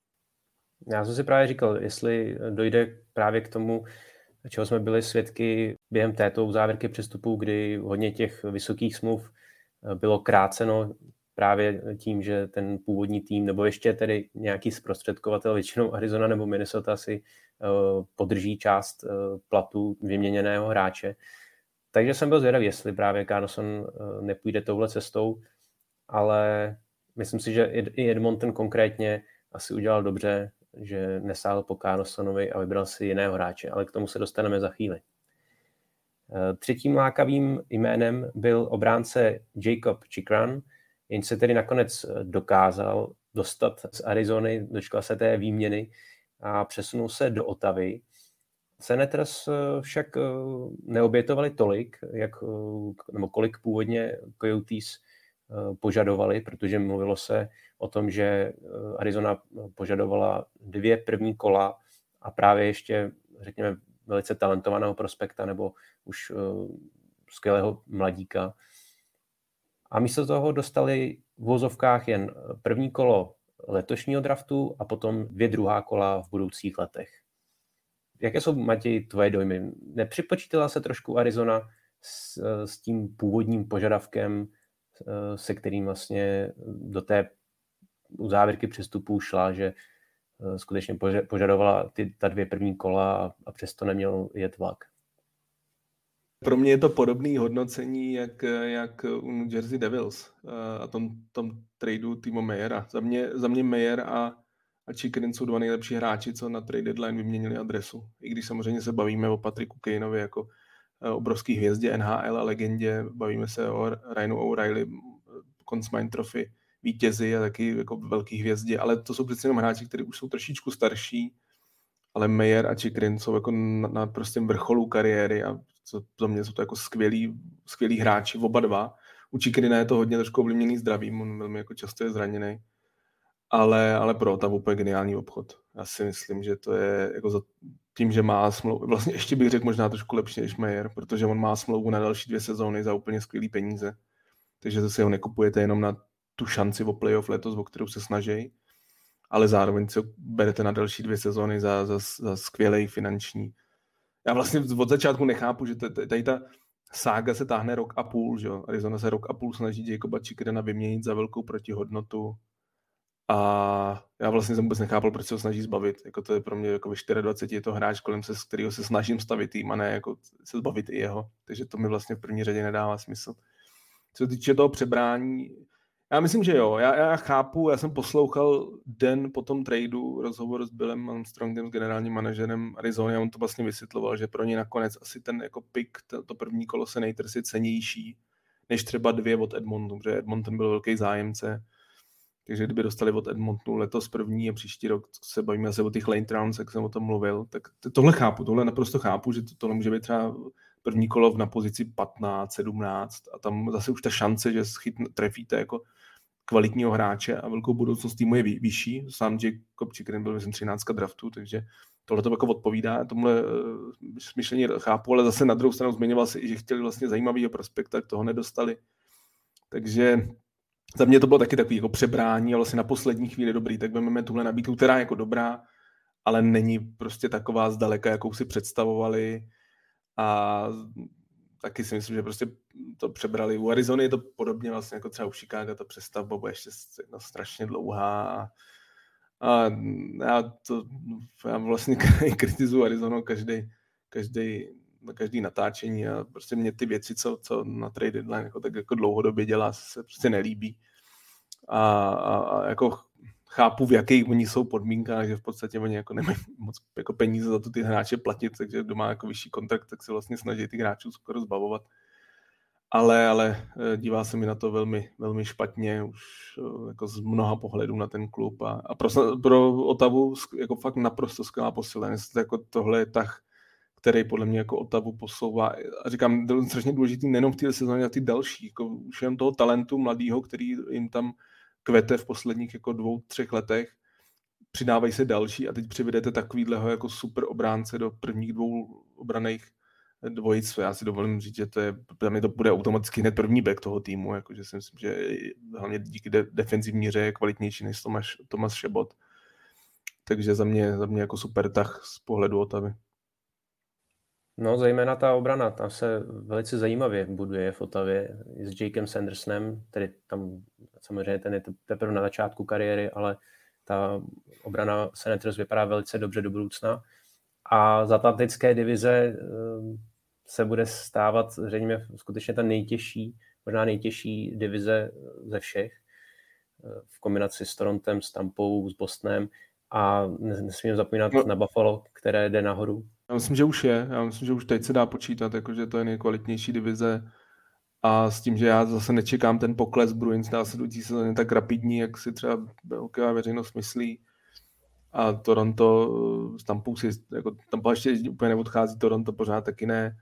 [SPEAKER 5] Já jsem si právě říkal, jestli dojde právě k tomu, čeho jsme byli svědky během této uzávěrky přestupů, kdy hodně těch vysokých smluv bylo kráceno právě tím, že ten původní tým, nebo ještě tedy nějaký zprostředkovatel, většinou Arizona nebo Minnesota si podrží část platu vyměněného hráče. Takže jsem byl zvědavý, jestli právě Karlsson nepůjde touhle cestou, ale myslím si, že i Edmonton konkrétně asi udělal dobře, že nesáhl po Karlssonovi a vybral si jiného hráče, ale k tomu se dostaneme za chvíli. Třetím lákavým jménem byl obránce Jacob Chychrun. jen se tedy nakonec dokázal dostat z Arizony, dočkal se té výměny a přesunul se do Ottavy. Senators však neobětovali tolik, jak, nebo kolik původně Coyotes požadovali, protože mluvilo se o tom, že Arizona požadovala dvě první kola a právě ještě, řekněme, velice talentovaného prospekta nebo už uh, skvělého mladíka. A místo toho dostali v vozovkách jen první kolo letošního draftu a potom dvě druhá kola v budoucích letech. Jaké jsou, Matěj, tvoje dojmy? Nepřipočítala se trošku Arizona s, s tím původním požadavkem, se kterým vlastně do té závěrky přestupů šla, že skutečně požadovala ty, ta dvě první kola a, a přesto neměl jet vlak?
[SPEAKER 6] Pro mě je to podobné hodnocení, jak, jak u New Jersey Devils a tom, tom tradu Timo Meyera. Za mě, za mě Meyer a, a Chychrun jsou dva nejlepší hráči, co na trade deadline vyměnili adresu. I když samozřejmě se bavíme o Patricku Kaneovi jako obrovský hvězdě N H L a legendě, bavíme se o Ryanu O'Reilly, Conn Smythe Trophy vítězi a taky jako velký hvězdě, ale to jsou přece jenom hráči, kteří už jsou trošičku starší, ale Meyer a Chychrun jsou jako na, na prostě vrcholu kariéry a co, za mě jsou to jako skvělí, skvělí hráči, oba dva. U Chychruna je to hodně trošku ovlivněný zdravím, on velmi jako často je zraněný, ale, ale pro Ottawu úplně geniální obchod. Já si myslím, že to je jako za tím, že má smlouvu, vlastně ještě bych řekl možná trošku lepší než Meyer, protože on má smlouvu na další dvě sezóny za úplně skvělý peníze, takže zase ho nekupujete jenom na tu šanci o playoff letos, o kterou se snaží, ale zároveň si ho berete na další dvě sezóny za, za, za skvělej finanční. Já vlastně od začátku nechápu, že tady ta sága se táhne rok a půl, že jo? Arizona se rok a půl snaží Jacoba Chychruna vyměnit za velkou protihodnotu a já vlastně jsem vůbec nechápal, proč se ho snaží zbavit. Jako to je pro mě jako ve dvaceti čtyři je to hráč, kolem se, z kterého se snažím stavit tým a ne jako se zbavit i jeho. Takže to mi vlastně v první řadě nedává smysl. Co se týče toho přebrání, já myslím, že jo. Já, já chápu, já jsem poslouchal den po tom tradu rozhovor s Billem Armstrongem, s generálním manažerem Arizony a on to vlastně vysvětloval, že pro ně nakonec asi ten jako pick, to, to první kolo Senators je cenější než třeba dvě od Edmontonu, protože Edmonton byl velký zájemce. Takže kdyby dostali od Edmontonu letos první a příští rok se bavíme asi o těch late rounds, jak jsem o tom mluvil, tak tohle chápu, tohle naprosto chápu, že to, tohle může být třeba první kolo na pozici patnáct, sedmnáct a tam zase už ta šance, že chytne, trefíte jako kvalitního hráče a velkou budoucnost týmu je vyšší. Sám Jacob Chychrun byl myslím třináctka draftu, takže tohle to jako odpovídá. Tomuhle myšlení chápu, ale zase na druhou stranu zmiňoval se i, že chtěli vlastně zajímavýho prospekta, tak toho nedostali. Takže za mě to bylo taky takový jako přebrání a vlastně na poslední chvíli dobrý, tak vezmeme tuhle nabídku, která je jako dobrá, ale není prostě taková zdaleka, jakou si představovali a taky si myslím, že prostě to přebrali. U Arizony je to podobně vlastně jako třeba u Chicago, ta přestavba bude ještě no, strašně dlouhá a, a já, to, já vlastně kritizuju Arizonu každý, každý, každý natáčení a prostě mě ty věci, co, co na trade deadline jako, tak jako dlouhodobě dělá, se prostě nelíbí. A, a, a jako chápu, v jakých oni jsou podmínkách, že v podstatě oni jako nemají moc jako peníze za to ty hráče platit, takže kdo má jako vyšší kontrakt, tak se vlastně snaží ty hráčů skoro zbavovat. Ale, ale dívá se mi na to velmi, velmi špatně, už jako z mnoha pohledů na ten klub. A, a pro, pro Ottawu jako fakt naprosto skvělá posila. Jako tohle je tah, který podle mě jako Ottawu posouvá. A říkám, to je strašně důležitý nejenom v té sezóně, a ty další. Jako už jen toho talentu mladýho, který jim tam kvete v posledních jako dvou, třech letech. Přidávají se další a teď přivedete takovýhleho jako super obránce do prvních dvou obraných dvojic. Já si dovolím říct, že to je, pro mě to bude automaticky hned první back toho týmu, jakože si myslím, že hlavně díky de- defenzivní hře je kvalitnější než Tomáš, Tomáš Šebot. Takže za mě, za mě jako super tah z pohledu Ottavy.
[SPEAKER 5] No, zejména ta obrana, tam se velice zajímavě buduje v Ottavě s Jakem Sandersonem, tedy tam samozřejmě ten je teprve na začátku kariéry, ale ta obrana Senators vypadá velice dobře do budoucna. A z atlantické divize se bude stávat zřejmě skutečně ta nejtěžší, možná nejtěžší divize ze všech v kombinaci s Torontem, s Tampou, s Bostonem a nesmím zapomínat no. na Buffalo, které jde nahoru.
[SPEAKER 6] Já myslím, že už je. Já myslím, že už teď se dá počítat, jakože to je nejkvalitnější divize A s tím, že já zase nečekám ten pokles Bruins následující sezóně tak rapidní, jak si třeba hokejová veřejnost myslí. A Toronto, s Tampou si, jako Tampa ještě úplně neodchází, Toronto pořád taky ne.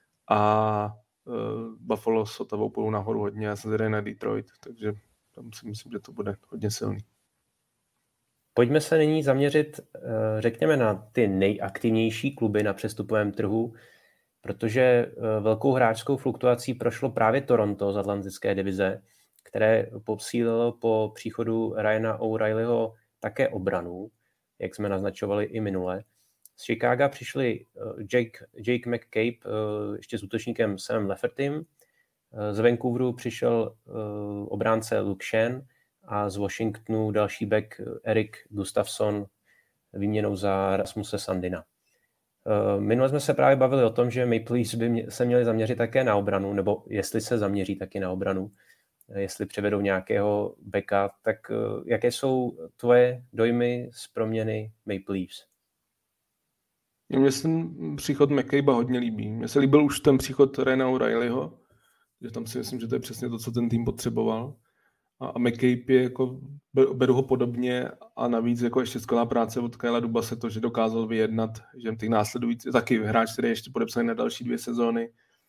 [SPEAKER 6] A uh, Buffalo s Ottawou půjdou nahoru hodně, já jsem zvědavý na Detroit, takže tam si myslím, že to bude hodně silný.
[SPEAKER 5] Pojďme se nyní zaměřit, řekněme, na ty nejaktivnější kluby na přestupovém trhu, protože velkou hráčskou fluktuací prošlo právě Toronto z atlantické divize, které posílilo po příchodu Ryana O'Reillyho také obranu, jak jsme naznačovali i minule. Z Chicaga přišli Jake, Jake McCabe ještě s útočníkem Samem Leffertym, z Vancouveru přišel obránce Luke Shen a z Washingtonu další back Erik Gustafsson výměnou za Rasmuse Sandina. Minule jsme se právě bavili o tom, že Maple Leafs by se měli zaměřit také na obranu, nebo jestli se zaměří taky na obranu, jestli převedou nějakého backa, tak jaké jsou tvoje dojmy z proměny Maple Leafs?
[SPEAKER 6] Mně se ten příchod McCabe'a hodně líbí. Mně se líbil už ten příchod Ryana O'Reillyho, že tam si myslím, že to je přesně to, co ten tým potřeboval. A McCabe je jako, beru ho podobně a navíc jako ještě skvělá práce od Kylea Dubase, to, že dokázal vyjednat, že těch následující, taky hráč, který je ještě podepsaný na další dvě sezóny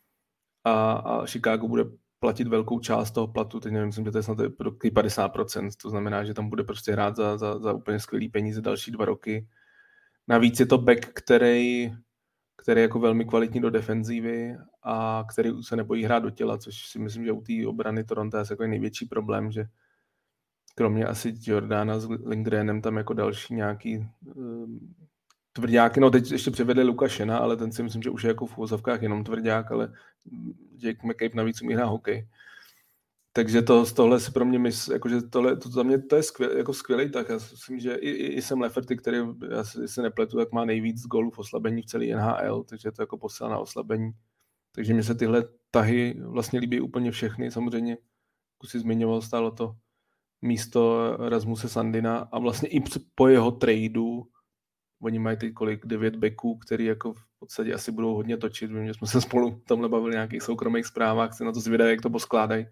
[SPEAKER 6] a, a Chicago bude platit velkou část toho platu, teď nevím, myslím, že to je snad padesát procent, to znamená, že tam bude prostě hrát za, za, za úplně skvělý peníze další dva roky. Navíc je to back, který, který je jako velmi kvalitní do defenzívy a který se nebojí hrát do těla, což si myslím, že u té obrany Toronto je jako největší problém, že kromě asi Jordana s Lindgrenem tam jako další nějaký um, tvrdňáky, no teď ještě přivedli Luka Shena, ale ten si myslím, že už je jako v uvozovkách jenom tvrdňák, ale Jake McCabe navíc umí hrát hokej. Takže to, z tohle si pro mě mysl, jakože tohle, to za mě to je skvěl, jako skvělý, tak já myslím, že i, i, i Sam Lefferty, který, já si, se nepletu, jak má nejvíc gólů v oslabení v celé N H L, takže to jako posílá na oslabení. Takže mně se tyhle tahy vlastně líbí úplně všechny, samozřejmě, jako si zmiňoval, stálo to místo Rasmuse Sandina a vlastně i po jeho tradu, oni mají teď kolik, devět backů, který jako v podstatě asi budou hodně točit, vím, že jsme se spolu tomhle bavili v nějakých soukromých zprávách, se na to zvědají, jak to poskládají.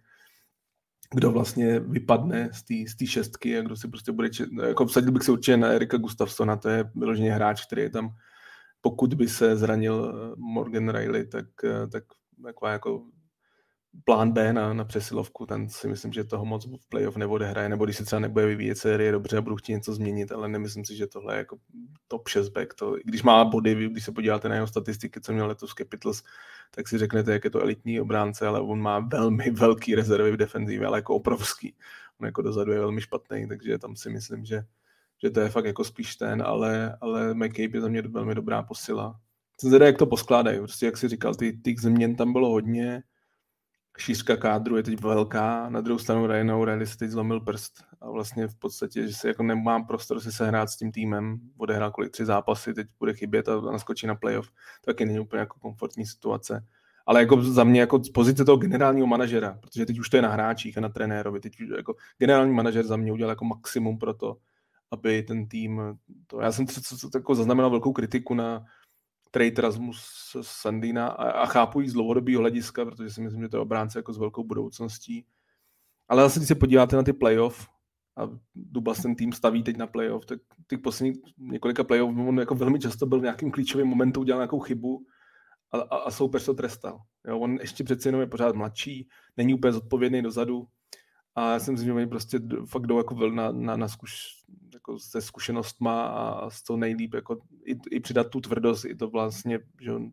[SPEAKER 6] Kdo vlastně vypadne z té šestky a kdo si prostě bude... Čet, jako vsadil bych se určitě na Erika Gustafssona, to je vyloženě hráč, který je tam, pokud by se zranil Morgan Rielly, tak, tak taková jako plán B na, na přesilovku, ten si myslím, že toho moc v playoff neodehraje, nebo když se třeba nebude vyvíjet série dobře a budu chtít něco změnit, ale nemyslím si, že tohle je jako top šest back. To, když má body, když se podíváte na jeho statistiky, co měl letos Capitals, tak si řeknete, jak je to elitní obránce, ale on má velmi velký rezervy v defenzivě, ale jako obrovský. On jako dozadu je velmi špatný, takže tam si myslím, že, že to je fakt jako spíš ten, ale, ale McCabe je za mě velmi dobrá posila. Jsem zvědavý, jak to poskládají, prostě jak si říkal, ty, těch změn tam bylo hodně, šířka kádru je teď velká, na druhou stranu Ryan O'Reilly se teď zlomil prst a vlastně v podstatě, že se jako nemám prostor si sehrát s tím týmem, odehrál kolik tři zápasy, teď bude chybět a naskočí na playoff, to taky není úplně jako komfortní situace. Ale jako za mě jako z pozice toho generálního manažera, protože teď už to je na hráčích a na trenérovi, teď už jako generální manažer za mě udělal jako maximum pro to, aby ten tým, to, já jsem jako zaznamenal velkou kritiku na trade Rasmus Sandina a, a chápu jí z dlouhodobého hlediska, protože si myslím, že to je obránce jako s velkou budoucností. Ale zase, když se podíváte na ty playoff a Dubas ten tým staví teď na playoff, tak těch posledních několika playoff on jako velmi často byl v nějakým klíčovém momentu, udělal nějakou chybu a, a, a soupeř to trestal. Jo, on ještě přece jenom je pořád mladší, není úplně zodpovědný dozadu a já si myslím, že oni prostě fakt jdou jako na, na, na zkuš, jako se zkušenostma a s to nejlíp jako i, i přidat tu tvrdost, i to vlastně, že on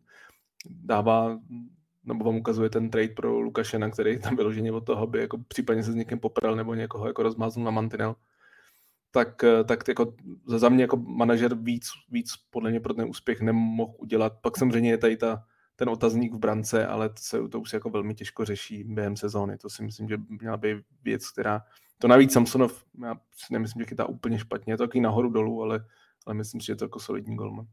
[SPEAKER 6] dává, nebo vám ukazuje ten trade pro Lukašena, který tam vyloženě od toho, aby jako případně se s někým popral nebo někoho jako rozmáznul na mantinel. Tak, tak jako za mě jako manažer víc, víc podle mě pro ten úspěch nemohl udělat. Pak samozřejmě je tady ta, ten otazník v brance, ale to, se, to už se jako velmi těžko řeší během sezóny. To si myslím, že měla být věc, která... To navíc Samsonov, já si nemyslím, že chytá úplně špatně. Je to takový nahoru dolů, ale, ale myslím si, že je to jako solidní golman.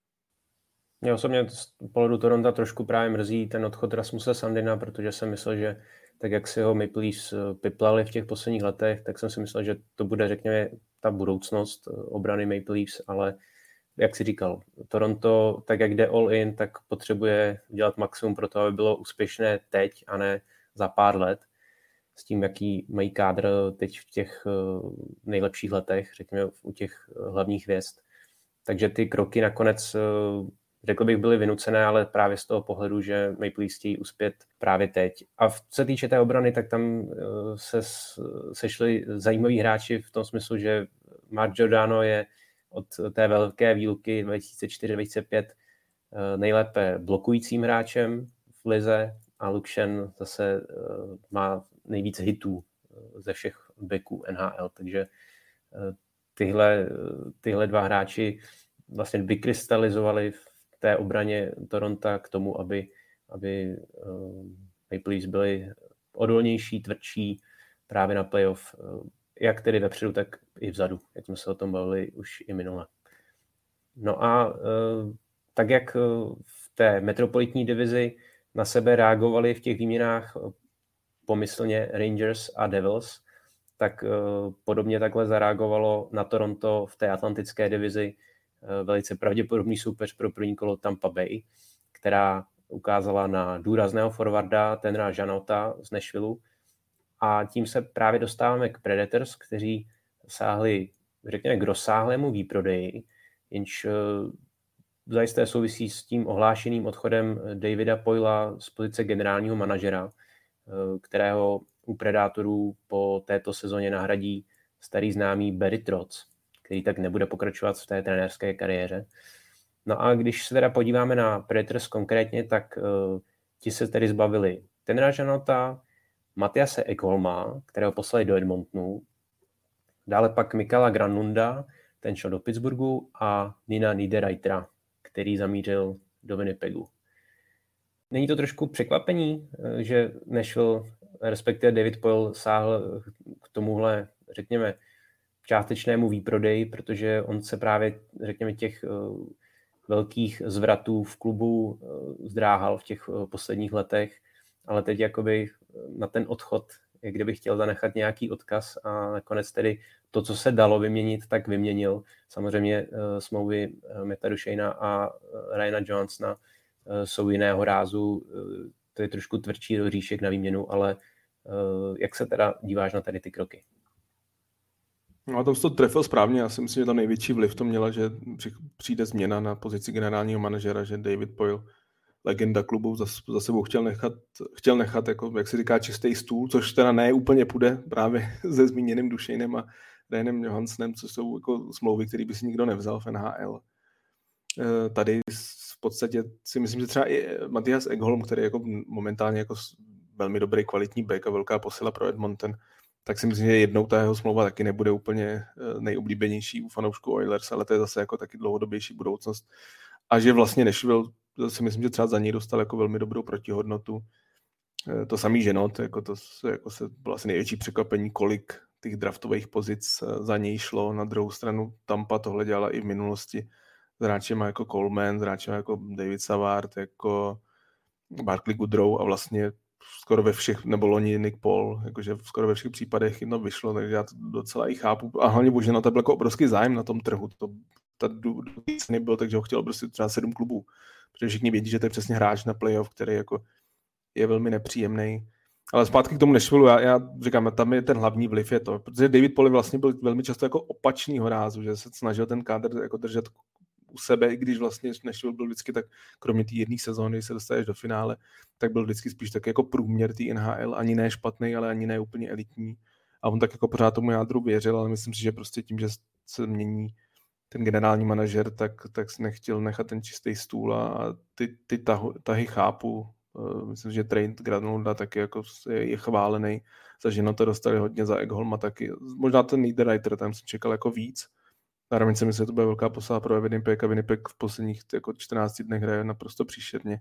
[SPEAKER 5] Mě osobně z pohledu Toronto trošku právě mrzí ten odchod Rasmuse Sandina, protože jsem myslel, že tak jak si ho Maple Leafs piplali v těch posledních letech, tak jsem si myslel, že to bude, řekněme, ta budoucnost obrany Maple Leafs, ale jak si říkal, Toronto, tak jak jde all in, tak potřebuje dělat maximum pro to, aby bylo úspěšné teď a ne za pár let, s tím, jaký mají kádr teď v těch nejlepších letech, řekněme u těch hlavních hvězd. Takže ty kroky nakonec, řekl bych, byly vynucené, ale právě z toho pohledu, že Maple Leafs chtějí uspět právě teď. A co se týče té obrany, tak tam se sešli zajímaví hráči v tom smyslu, že Mark Giordano je od té velké výluky dva tisíce čtyři dva tisíce pět nejlépe blokujícím hráčem v lize a Luke Schenn zase má nejvíc hitů ze všech backů N H L, takže tyhle, tyhle dva hráči vlastně vykrystalizovali v té obraně Toronto k tomu, aby, aby Maple Leafs byli odolnější, tvrdší právě na playoff, jak tedy vepředu, tak i vzadu, jak jsme se o tom bavili už i minule. No a tak jak v té metropolitní divizi na sebe reagovali v těch výměnách pomyslně Rangers a Devils, tak podobně takhle zareagovalo na Toronto v té atlantické divizi velice pravděpodobný soupeř pro první kolo Tampa Bay, která ukázala na důrazného forwarda Tanera Jeannota z Nashvilleu. A tím se právě dostáváme k Predators, kteří sáhli, řekněme, k rozsáhlému výprodeji, jenž zajisté souvisí s tím ohlášeným odchodem Davida Poila z pozice generálního manažera, kterého u Predátorů po této sezóně nahradí starý známý Barry Trotz, který tak nebude pokračovat v té trenérské kariéře. No a když se teda podíváme na Predators konkrétně, tak uh, ti se tedy zbavili Tanera Jeannota, Matiase Ekholma, kterého poslali do Edmontonu, dále pak Mikaela Granlunda, ten šel do Pittsburghu, a Nina Niederreitera, který zamířil do Winnipegu. Není to trošku překvapení, že Nashville, respektive David Poile, sáhl k tomuhle, řekněme, částečnému výprodeji, protože on se právě, řekněme, těch velkých zvratů v klubu zdráhal v těch posledních letech, ale teď jakoby na ten odchod, jak kdyby chtěl zanechat nějaký odkaz, a nakonec tedy to, co se dalo vyměnit, tak vyměnil. Samozřejmě smlouvy Matta Ducheina a Ryana Johansona jsou jiného rázu, to je trošku tvrdší hříšek na výměnu, ale jak se teda díváš na tady ty kroky?
[SPEAKER 6] No a tam jsi to trefil správně, já si myslím, že tam největší vliv to měla, že přijde změna na pozici generálního manažera, že David Poile, legenda klubu, za, za sebou chtěl nechat, chtěl nechat, jako, jak se říká, čistý stůl, což teda ne úplně půjde právě se zmíněným Ducheinem a Ryanem Johansonem, což jsou jako smlouvy, které by si nikdo nevzal v N H L. Tady v podstatě si myslím, že třeba i Matias Ekholm, který je jako momentálně jako velmi dobrý kvalitní back a velká posila pro Edmonton, tak si myslím, že jednou ta jeho smlouva taky nebude úplně nejoblíbenější u fanoušků Oilers, ale to je zase jako taky dlouhodobější budoucnost. A že vlastně Nashville, si myslím, že třeba za něj dostal jako velmi dobrou protihodnotu. To samý Jeannot, jako to jako se bylo asi největší překvapení, kolik těch draftových pozic za něj šlo. Na druhou stranu Tampa tohle dělala i v minulosti s hráčema jako Coleman, s hráčema jako David Savard, jako Barclay Goodrow a vlastně skoro ve všech, nebo loni Nick Paul, jakože skoro ve všech případech jedno vyšlo, takže já to docela i chápu. A hlavně bože, no to byl jako obrovský zájem na tom trhu. To, ta ceny byl, takže ho chtělo prostě třeba sedm klubů. Protože všichni vědí, že to je přesně hráč na playoff, který jako je velmi nepříjemný. Ale zpátky k tomu Nashvilleu, já, já říkám, tam je ten hlavní vliv je to, protože David Poile vlastně byl velmi často jako opačnýho rázu, že se snažil ten kádr jako držet u sebe, i když vlastně Nashville byl vždycky tak, kromě té jedné sezóny, kdy se dostaneš do finále, tak byl vždycky spíš tak jako průměr té N H L, ani ne špatný, ale ani ne úplně elitní. A on tak jako pořád tomu jádru věřil, ale myslím si, že prostě tím, že se mění ten generální manažer, tak, tak si nechtěl nechat ten čistý stůl a ty, ty tahu, tahy chápu. Myslím, že Trent Granlunda taky jako je, je chválený. Za Jeannota dostali hodně, za Ekholma taky. Možná ten Niederreiter, tam jsem čekal jako víc. Zároveň si myslím, že to bude velká posila pro Winnipeg a Winnipeg v posledních jako čtrnácti dnech hraje naprosto příšerně.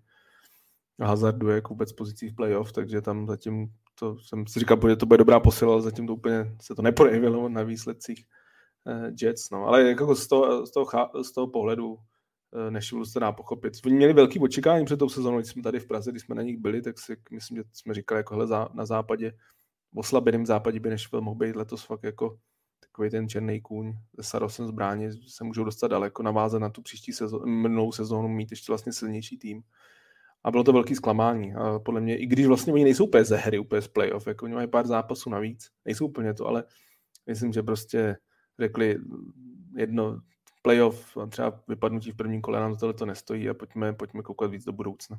[SPEAKER 6] A hazarduje jako vůbec pozicí v playoff, takže tam zatím to jsem si říkal, že to bude dobrá posila, ale zatím to úplně se to neprojevilo na výsledcích Jets. No. Ale jako z toho, z toho, z toho pohledu Nashville se dá pochopit. Oni měli velký očekávání před tou sezónou, když jsme tady v Praze, když jsme na nich byli, tak si myslím, že jsme říkali, jako hele, na západě, v oslabeném západě by Nashville mohl být letos fakt jako takový ten černý kůň se Sarosem zbraně, se můžou dostat daleko, navázat na tu příští sezónu, minulou sezónu, mít ještě vlastně silnější tým. A bylo to velký zklamání. A podle mě, i když vlastně oni nejsou úplně ze hry, úplně z playoff, jako oni mají pár zápasů navíc, nejsou úplně to, ale myslím, že prostě řekli jedno playoff a třeba vypadnutí v prvním kole nám tohle to nestojí a pojďme, pojďme koukat víc do budoucna.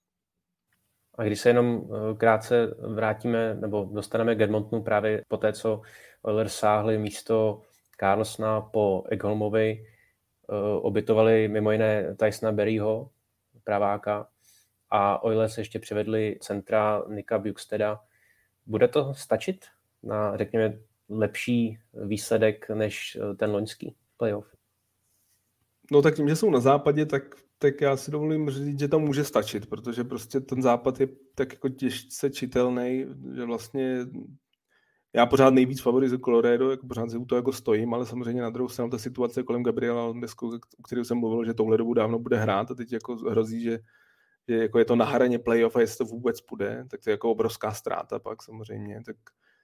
[SPEAKER 5] A když se jenom krátce vrátíme, nebo dostaneme k Edmontonu právě po té, co Oilers sáhli místo Karlssona po Ekholmovi, obětovali mimo jiné Tysona Berryho, praváka, a Oilers ještě přivedli centra Nicka Bjugsteda. Bude to stačit na, řekněme, lepší výsledek než ten loňský playoff?
[SPEAKER 6] No tak tím, že jsou na západě, tak, tak já si dovolím říct, že to může stačit, protože prostě ten západ je tak jako těžce čitelný, že vlastně já pořád nejvíc favorizuji Colorado, jako pořád si u toho jako stojím, ale samozřejmě na druhou stranu ta situace kolem Gabriela Landeskog, o kterém jsem mluvil, že touhle dobu dávno bude hrát a teď jako hrozí, že, že jako je to na hraně playoff a jestli to vůbec půjde, tak to je jako obrovská ztráta pak samozřejmě, tak,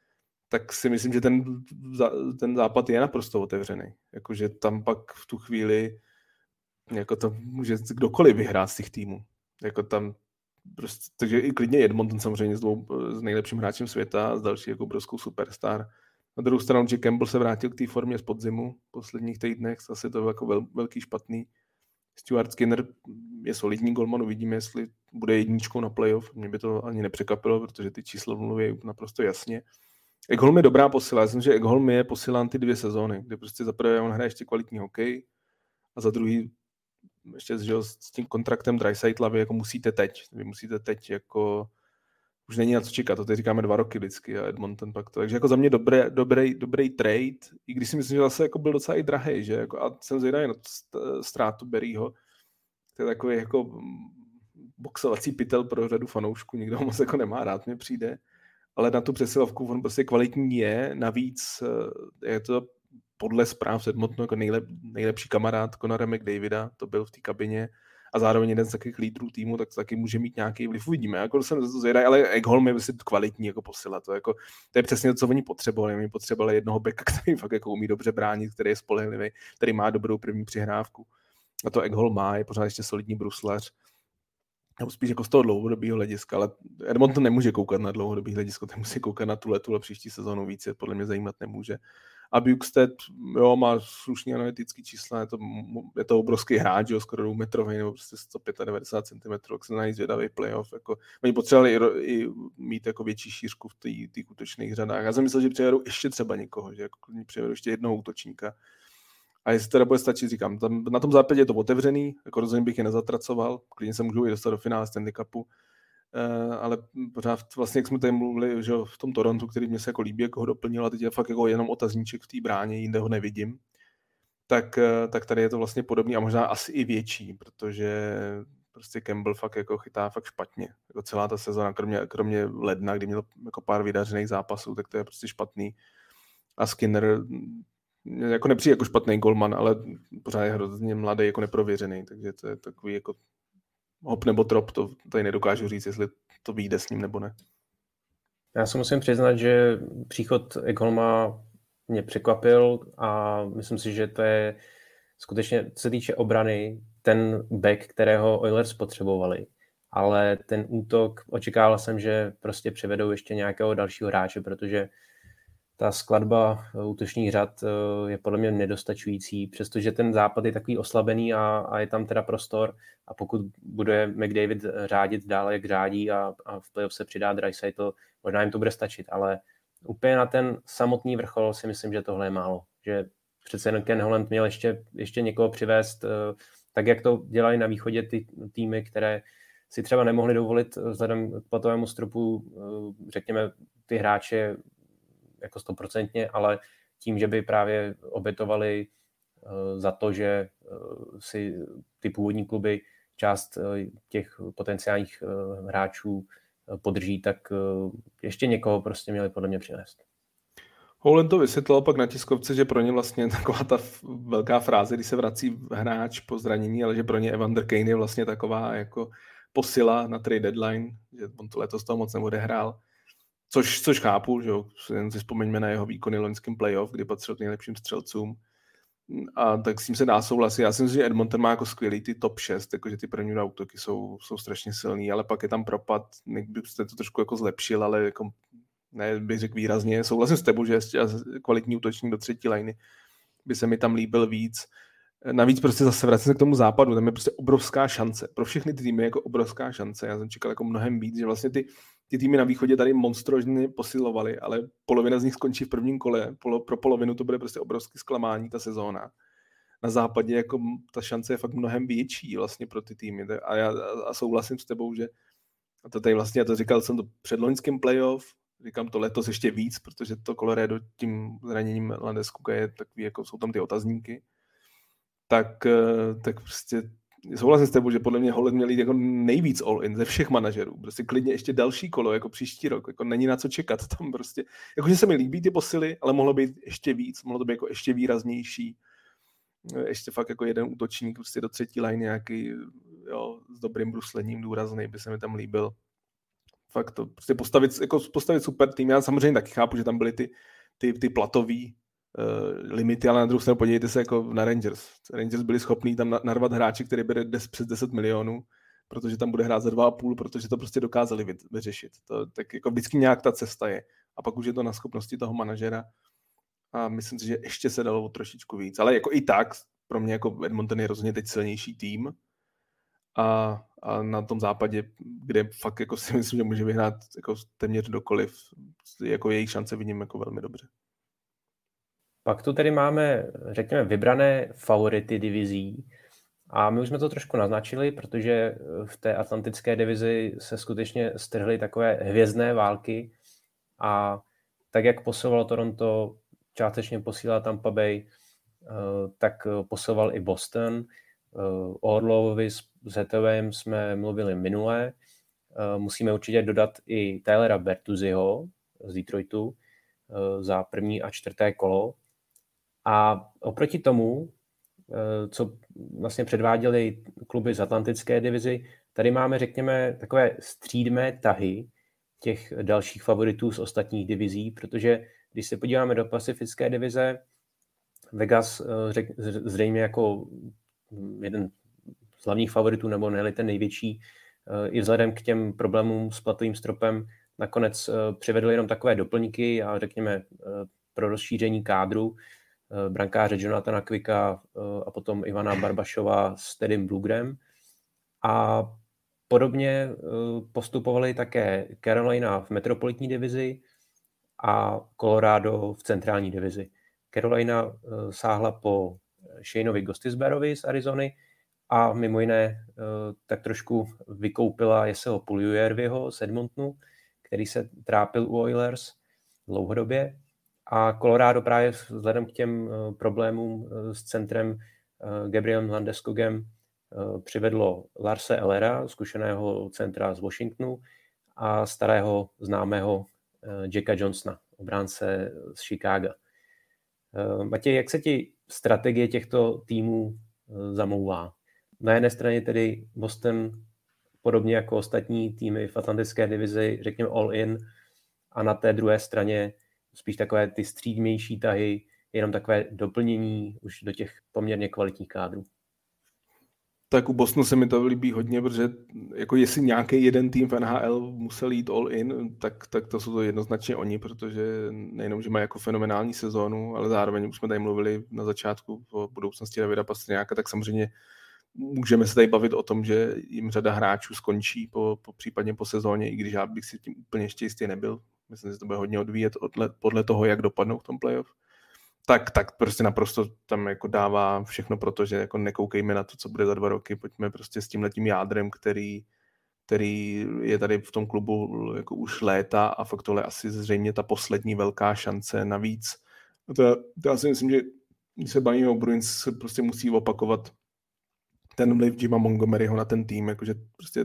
[SPEAKER 6] tak si myslím, že ten, ten západ je naprosto otevřený, jakože tam pak v tu chvíli jako to může kdokoliv vyhrát z těch týmů, jako tam prostě, takže i klidně Edmonton samozřejmě s, dvou, s nejlepším hráčem světa a s další jako obrovskou superstar. Na druhou stranu, že Campbell se vrátil k té formě z podzimu v posledních týdnech, zase to byl jako vel, velký špatný. Stuart Skinner je solidní golman, uvidíme, jestli bude jedničkou na playoff. Mě by to ani nepřekvapilo, protože ty čísla mluví naprosto jasně. Ekholm je dobrá posila, já myslím, že Ekholm je posilán ty dvě sezóny, kde prostě za prvé on hraje ještě kvalitní hokej a za druhý ještě že, s tím kontraktem Draisaitla vy jako musíte teď, vy musíte teď jako, už není na co čekat, to teď říkáme dva roky vždycky a Edmonton pak to, takže jako za mě dobré, dobrý, dobrý trade, i když si myslím, že zase jako byl docela i drahej, že jako, a jsem zvědavý na ztrátu Berryho, to je takový jako boxovací pytel pro řadu fanoušků, nikdo ho moc jako nemá rád, mně přijde, ale na tu přesilovku on prostě kvalitní je, navíc je to podle zpráv z Edmontonu jako nejlep, nejlepší kamarád Conora McDavida, to byl v té kabině a zároveň jeden z takových lídrů týmu, tak taky může mít nějaký vliv. Uvidíme, jako jsem zvědavý, ale Ekholm je vlastně kvalitní jako posila. To, jako, to je přesně to, co oni potřebovali. Oni potřebovali jednoho beka, který fakt jako umí dobře bránit, který je spolehlivý, který má dobrou první přihrávku. A to Ekholm má, je pořád ještě solidní bruslař. Nebo spíš jako z toho dlouhodobého hlediska, ale Edmonton nemůže koukat na dlouhodobý hledisko, ten musí koukat na tuhle, tuhle příští sezónu víc, je podle mě zajímat nemůže. A Bjugstad, jo, má slušný analytický čísla, je to, je to obrovský hráč, jo, skoro dvoumetrový, nebo prostě sto devadesát pět centimetrů, jak se na ní zvědavý playoff. Jako, oni potřebovali i, i mít jako větší šířku v těch útočných řadách. Já jsem myslel, že přivedou ještě třeba někoho, že jako přivedou ještě jednoho útočníka. A jestli teda bude stačit, říkám, tam, na tom západě je to otevřený, jako rozhodně bych je nezatracoval, klidně se můžou i dostat do finále Stanley Cupu. Uh, ale pořád vlastně, jak jsme tady mluvili, že v tom Torontu, který mě se jako líbí, jako ho doplnil a teď je fakt jako jenom otazníček v té bráně, jinde ho nevidím, tak, uh, tak tady je to vlastně podobný a možná asi i větší, protože prostě Campbell fakt jako chytá fakt špatně. Jako celá ta sezona, kromě, kromě ledna, kdy měl jako pár vydařených zápasů, tak to je prostě špatný. A Skinner jako nepřijde jako špatný golman, ale pořád je hrozně mladý, jako neprověřený, takže to je takový jako hop nebo trop, to tady nedokážu říct, jestli to vyjde s ním nebo ne.
[SPEAKER 5] Já se musím přiznat, že příchod Ekholma mě překvapil a myslím si, že to je skutečně, co se týče obrany, ten back, kterého Oilers potřebovali. Ale ten útok, očekával jsem, že prostě přivedou ještě nějakého dalšího hráče, protože ta skladba útočních řad je podle mě nedostačující, přestože ten západ je takový oslabený a, a je tam teda prostor a pokud bude McDavid řádit dále, jak řádí a, a v playoff se přidá Draisaitl, možná jim to bude stačit, ale úplně na ten samotný vrchol si myslím, že tohle je málo. Že přece jen Ken Holland měl ještě, ještě někoho přivést, tak jak to dělali na východě ty týmy, které si třeba nemohli dovolit vzhledem k platovému stropu, řekněme, ty hráče jako stoprocentně, ale tím, že by právě obětovali uh, za to, že uh, si ty původní kluby část uh, těch potenciálních uh, hráčů uh, podrží, tak uh, ještě někoho prostě měli podle mě přinést.
[SPEAKER 6] Holland to vysvětlil pak na tiskovce, že pro ně vlastně taková ta velká fráze, když se vrací hráč po zranění, ale že pro ně Evander Kane je vlastně taková jako posila na trade deadline, že on to letos toho moc neodehrál. Což, což chápu, že jo, jen si vzpomeňme na jeho výkony loňským playoff, kdy patřil k nejlepším střelcům. A tak s tím se dá souhlasit. Já si myslím, že Edmonton má jako skvělý ty top šest, jakože ty první dva útoky jsou, jsou strašně silný, ale pak je tam propad, byste to trošku jako zlepšil, ale jako ne, bych řekl výrazně. Souhlasím s tebou, že ještě kvalitní útočník do třetí liny by se mi tam líbil víc. Navíc prostě zase vracím se k tomu západu, tam je prostě obrovská šance. Pro všechny ty týmy je jako obrovská šance. Já jsem čekal jako mnohem víc, že vlastně ty, ty týmy na východě tady monstrózně posilovaly, ale polovina z nich skončí v prvním kole. Polo, pro polovinu to bude prostě obrovské zklamání ta sezóna. Na západě jako ta šance je fakt mnohem větší vlastně pro ty týmy. A já a souhlasím s tebou, že a to tady vlastně, já to říkal jsem to před loňským playoff, říkám to letos ještě víc, protože to Colorado tím zraněním Landeskog je takový, jako jsou tam ty otazníky. Tak, tak prostě souhlasím s tebou, že podle mě Holland měl jít jako nejvíc all-in ze všech manažerů. Prostě klidně ještě další kolo, jako příští rok. Jako není na co čekat tam prostě. Jakože se mi líbí ty posily, ale mohlo být ještě víc, mohlo to být jako ještě výraznější. Ještě fakt jako jeden útočník prostě do třetí line nějaký, jo, s dobrým bruslením důrazný, by se mi tam líbil. Fakt to prostě postavit, jako postavit super tým. Já samozřejmě taky chápu, že tam byly ty, ty, ty platový Uh, limity, ale na druhou stranu podívejte se jako na Rangers. Rangers byli schopní tam narvat hráči, který bere des, přes deset milionů, protože tam bude hrát za dva a půl, protože to prostě dokázali vy, vyřešit. To, tak jako vždycky nějak ta cesta je. A pak už je to na schopnosti toho manažera. A myslím si, že ještě se dalo o trošičku víc. Ale jako i tak, pro mě jako Edmonton je rozhodně teď silnější tým. A, a na tom západě, kde fakt jako si myslím, že může vyhrát jako téměř kdokoliv, jako jejich šance vidím jako velmi dobře.
[SPEAKER 5] Pak tu tedy máme, řekněme, vybrané favority divizí a my už jsme to trošku naznačili, protože v té atlantické divizi se skutečně strhly takové hvězdné války a tak, jak posouval Toronto, částečně posílal Tampa Bay, tak posouval i Boston. O Orlovovi s Zettovem jsme mluvili minule. Musíme určitě dodat i Tylera Bertuzziho z Detroitu za první a čtvrté kolo. A oproti tomu, co vlastně předváděli kluby z atlantické divizi, tady máme, řekněme, takové střídmé tahy těch dalších favoritů z ostatních divizí, protože když se podíváme do pacifické divize, Vegas řek, zřejmě jako jeden z hlavních favoritů, nebo ne ten největší, i vzhledem k těm problémům s platovým stropem, nakonec přivedl jenom takové doplňky a řekněme pro rozšíření kádru, brankáře Jonathana Quicka a potom Ivana Barbašova s Teddym Bluegrem. A podobně postupovali také Carolina v metropolitní divizi a Colorado v centrální divizi. Carolina sáhla po Shaneovi Gostisbeherovi z Arizony a mimo jiné tak trošku vykoupila Jesseho Puljujärviho z Edmontonu, který se trápil u Oilers dlouhodobě. A Colorado právě vzhledem k těm problémům s centrem Gabrielem Landeskogem přivedlo Larse Ellera, zkušeného centra z Washingtonu, a starého známého Jacka Johnsona, obránce z Chicaga. Matěj, jak se ti strategie těchto týmů zamlouvá? Na jedné straně tedy Boston, podobně jako ostatní týmy v atlantické divizi, řekněme all in, a na té druhé straně spíš takové ty střídmější tahy, jenom takové doplnění už do těch poměrně kvalitních kádrů.
[SPEAKER 6] Tak u Bostonu se mi to líbí hodně, protože jako jestli nějaký jeden tým v N H L musel jít all in, tak, tak to jsou to jednoznačně oni, protože nejenom, že mají jako fenomenální sezónu, ale zároveň už jsme tady mluvili na začátku o budoucnosti Davida Pastrňáka, tak samozřejmě můžeme se tady bavit o tom, že jim řada hráčů skončí po, po případně po sezóně, i když já bych si tím úplně ještě jistý nebyl. Myslím, že to bude hodně odvíjet odle, podle toho, jak dopadnou v tom playoff. Tak, tak prostě naprosto tam jako dává všechno, protože jako nekoukejme na to, co bude za dva roky. Pojďme prostě s tímhletím jádrem, který, který je tady v tom klubu jako už léta a fakt tohle asi zřejmě ta poslední velká šance navíc. To, to já si myslím, že když se bavíme o Bruins, se prostě musí opakovat ten vliv Jima Montgomeryho na ten tým, jakože prostě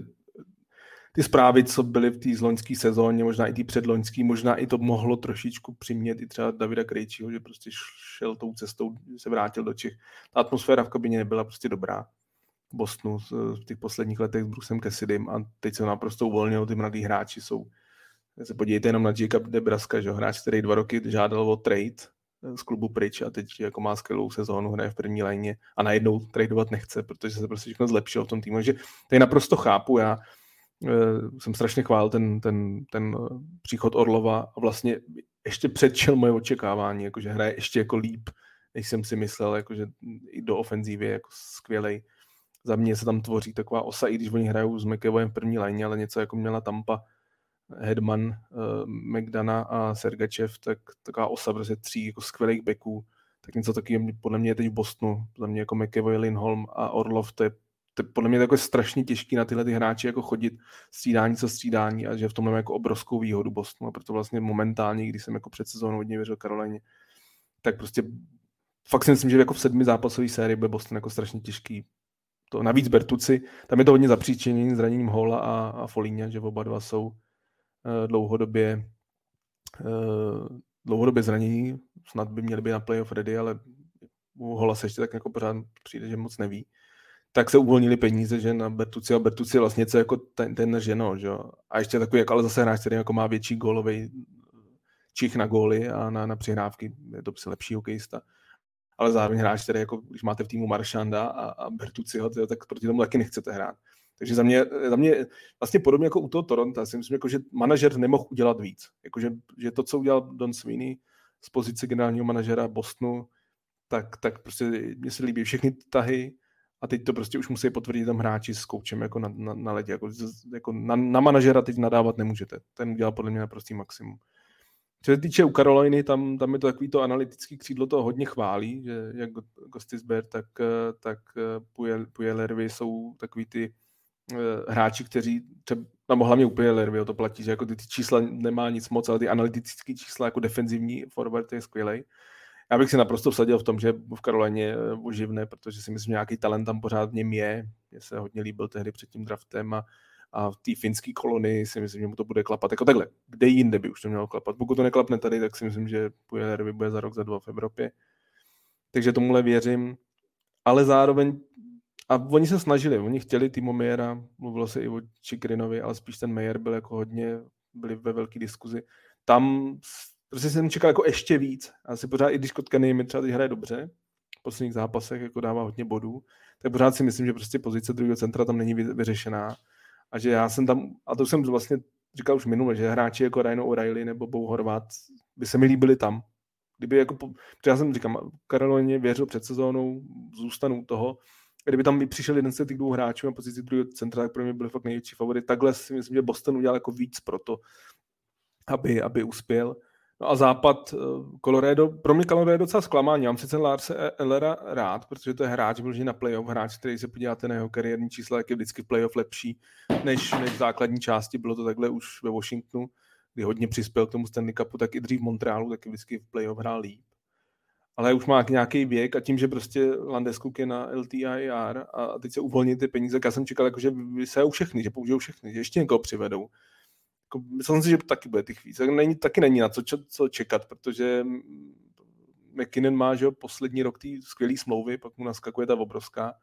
[SPEAKER 6] ty zprávy, co byly v té loňské sezóně, možná i ty předloňský, možná i to mohlo trošičku přimět i třeba Davida Krejčího, že prostě šel tou cestou, se vrátil do Čech. Ta atmosféra v kabině nebyla prostě dobrá v Bostonu v těch posledních letech s Brucem Cassidym a teď se naprosto uvolnilo, ty mladí hráči jsou. Se podívejte jenom na Jacob DeBruska, že hráč, který dva roky žádal o trade z klubu pryč a teď jako má skvělou sezónu, hraje v první léně a najednou tradovat nechce, protože se prostě všechno zlepšilo v tom týmu. Takže tady naprosto chápu, já jsem strašně chválil ten, ten, ten příchod Orlova a vlastně ještě předčil moje očekávání, jakože hraje ještě jako líp, než jsem si myslel, jakože i do ofenzívy jako skvělej. Za mě se tam tvoří taková osa, i když oni hrajou s McAvoyem v první léně, ale něco jako měla Tampa, Hedman, uh, McDana a Sergachev, tak taková osa prostě tří jako skvělých backů, tak něco taky podle mě je teď v Bostonu, za mě jako McAvoy, Lindholm a Orlov, to je, to je podle mě takové strašně těžký na tyhle ty hráči jako chodit střídání co střídání a že v tom mám jako obrovskou výhodu Bostonu a proto vlastně momentálně, když jsem jako před sezónou hodně věřil Karolíně, tak prostě fakt si myslím, že jako v sedmi zápasové sérii bude Boston jako strašně těžký. To navíc Bertucci, tam je to hodně zapříčinění zraněním Hola a, a Foligna, že oba dva jsou uh, dlouhodobě uh, dlouhodobě zranění, snad by měli být na playoff ready, ale u Hola se ještě tak jako pořád přijde, že moc neví. Tak se uvolnili peníze, že na Bertucci a Bertucci je vlastně něco jako ten, ten ženo, že jo. A ještě takový, jako, ale zase hráč, který jako má větší gólový čich na góly a na, na přihrávky, je to prostě lepší hokejista. Ale zároveň hráč, který jako, když máte v týmu Marchanda a, a Bertucciho, tak proti tomu taky nechcete hrát. Takže za mě, za mě vlastně podobně jako u toho Toronto, si myslím, jako, že manažer nemohl udělat víc. Jako, že, že to, co udělal Don Sweeney z pozice generálního manažera Bostonu, tak, tak prostě mně se líbí všechny tahy a teď to prostě už musí potvrdit tam hráči s koučem jako na, na, na ledě. Jako, jako na, na manažera teď nadávat nemůžete. Ten udělal podle mě naprostý maximum. Co se týče u Caroliny, tam, tam je to takový to analytický křídlo, to hodně chválí, že jak Gostisbehere, tak, tak Pujelervi jsou takový ty uh, hráči, kteří třeba, no hlavně u Pujelervi to platí, že jako ty, ty čísla nemá nic moc, ale ty analytické čísla jako defenzivní forward je skvělej. Já bych si naprosto vsadil v tom, že v Karolině oživne, protože si myslím, že nějaký talent tam pořád v něm je. Mně se hodně líbil tehdy před tím draftem a a v té finské kolonii si myslím, že mu to bude klapat. Jako takhle, kde jinde by už to mělo klapat. Pokud to neklapne tady, tak si myslím, že Pujelervi bude za rok, za dva v Evropě. Takže tomuhle věřím. Ale zároveň, a oni se snažili, oni chtěli Timo Mejera, mluvilo se i o Čikrinovi, ale spíš ten Mejer byl jako hodně, byli ve velké diskuzi. Tam prostě jsem čekal jako ještě víc. A si pořád, i když Kotkaniemi třeba teď hraje dobře, v posledních zápasech jako dává hodně bodů, tak pořád si myslím, že prostě pozice druhého centra tam není vyřešená. A že já jsem tam, a to jsem vlastně říkal už minule, že hráči jako Ryan O'Reilly nebo Bo Horvat by se mi líbili tam. Kdyby jako, protože já jsem říkal, Karolině věřil před sezónou, zůstanu toho, kdyby tam přišel jeden z těch dvou hráčů na pozici druhého centra, tak pro mě byly fakt největší favorit. Takhle si myslím, že Boston udělal jako víc pro to, aby, aby uspěl. No a západ, Colorado, pro mě Colorado je docela zklamání. Já mám sice Larse Ellera rád, protože to je hráč vyložený na playoff, hráč, který se podíváte na jeho kariérní čísla, jak je vždycky v playoff lepší než, než v základní části. Bylo to takhle už ve Washingtonu, kdy hodně přispěl k tomu Stanley Cupu, tak i dřív v Montrealu, taky vždycky v playoff hrál líp. Ale už má nějaký věk a tím, že prostě Landeskog je na L T I R a teď se uvolní ty peníze, tak já jsem čekal, jako, že vysajou všechny, že použijou všechny, že ještě někoho přivedou. Myslím si, že taky bude těch víc. Není, taky není na co, co čekat, protože McKinnon má, že poslední rok té skvělý smlouvy, pak mu naskakuje ta obrovská.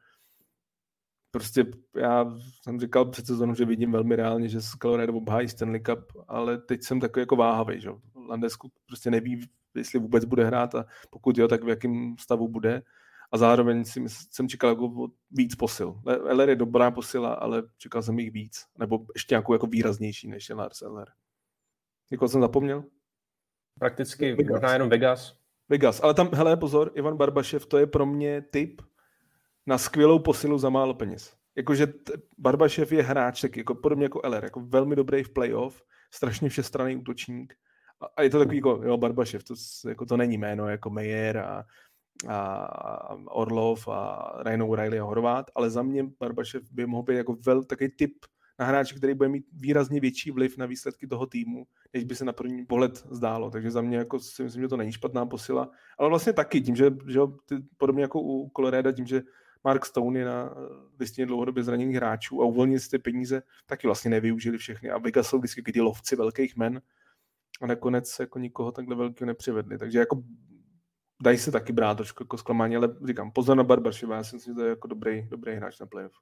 [SPEAKER 6] Prostě já jsem říkal před sezónou, že vidím velmi reálně, že z Colorado obhájí Stanley Cup, ale teď jsem takový jako váhavý, že Landeskog prostě neví, jestli vůbec bude hrát a pokud jo, tak v jakém stavu bude. A zároveň si mysl, jsem čekal jako víc posil. Eller je dobrá posila, ale čekal jsem jich víc. Nebo ještě nějakou jako výraznější, než je Lars Eller. Jako jsem zapomněl?
[SPEAKER 5] Prakticky Vegas. Možná jenom Vegas.
[SPEAKER 6] Vegas, ale tam, hele, pozor, Ivan Barbašev, to je pro mě tip na skvělou posilu za málo peněz. Jakože t- Barbašev je hráč, tak jako podobně jako Eller, jako velmi dobrý v playoff, strašně všestranný útočník. A, a je to takový jako, jo, Barbašev, to, jako to není jméno jako Meyer a a Orlov a Ryan O'Reilly a Horvat, ale za mě Barbašev by mohl být jako vel, takový typ na hráče, který bude mít výrazně větší vliv na výsledky toho týmu, než by se na první pohled zdálo. Takže za mě jako si myslím, že to není špatná posila, ale vlastně taky tím, že, že ty, podobně jako u Colorado, tím, že Mark Stone je na listině dlouhodobě zraněných hráčů a uvolnili si ty peníze, taky vlastně nevyužili všechny a Vegas jsou vždycky ty lovci velkých men a nakonec jako nikoho takhle velkého nepřivedli. Takže jako dají se taky brát trošku jako zklamání, ale říkám, pozor na Barbaševa, já si myslím, že to je jako dobrý, dobrý hráč na playoff.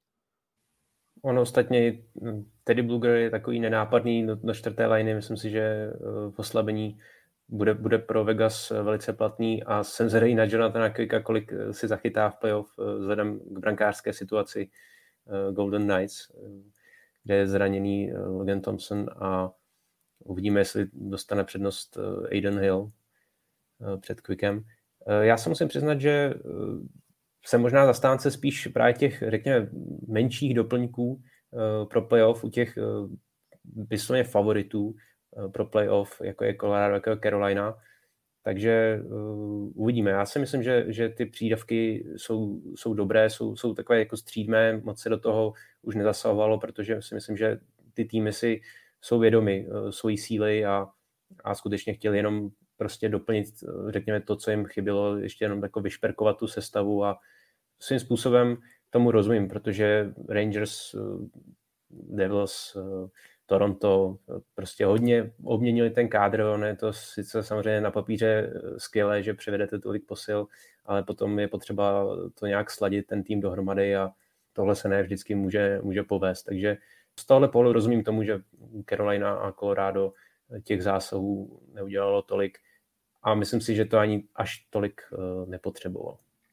[SPEAKER 5] On ostatně, Teddy Bluger je takový nenápadný do, do čtvrté liny, myslím si, že v oslabení bude, bude pro Vegas velice platný a jsem zvědavý na Jonathana Quicka, kolik si zachytá v playoff vzhledem k brankářské situaci Golden Knights, kde je zraněný Logan Thompson a uvidíme, jestli dostane přednost Aiden Hill před Quickem. Já se musím přiznat, že jsem možná zastánce spíš právě těch, řekněme, menších doplňků pro playoff u těch vysloveně favoritů pro playoff, jako je Colorado, jako je Carolina. Takže uh, uvidíme. Já si myslím, že, že ty přídavky jsou, jsou dobré, jsou, jsou takové jako střídmé, moc se do toho už nezasahovalo, protože si myslím, že ty týmy si jsou vědomi uh, svojí síly a, a skutečně chtěli jenom prostě doplnit, řekněme, to, co jim chybělo, ještě jenom jako vyšperkovat tu sestavu a svým způsobem tomu rozumím, protože Rangers, uh, Devils, uh, Toronto prostě hodně obměnili ten kádr, ono je to sice samozřejmě na papíře skvělé, že přivedete tolik posil, ale potom je potřeba to nějak sladit, ten tým dohromady a tohle se ne vždycky může, může povést. Takže z tohohle pohledu rozumím tomu, že Carolina a Colorado těch zásahů neudělalo tolik a myslím si, že to ani až tolik nepotřebovalo.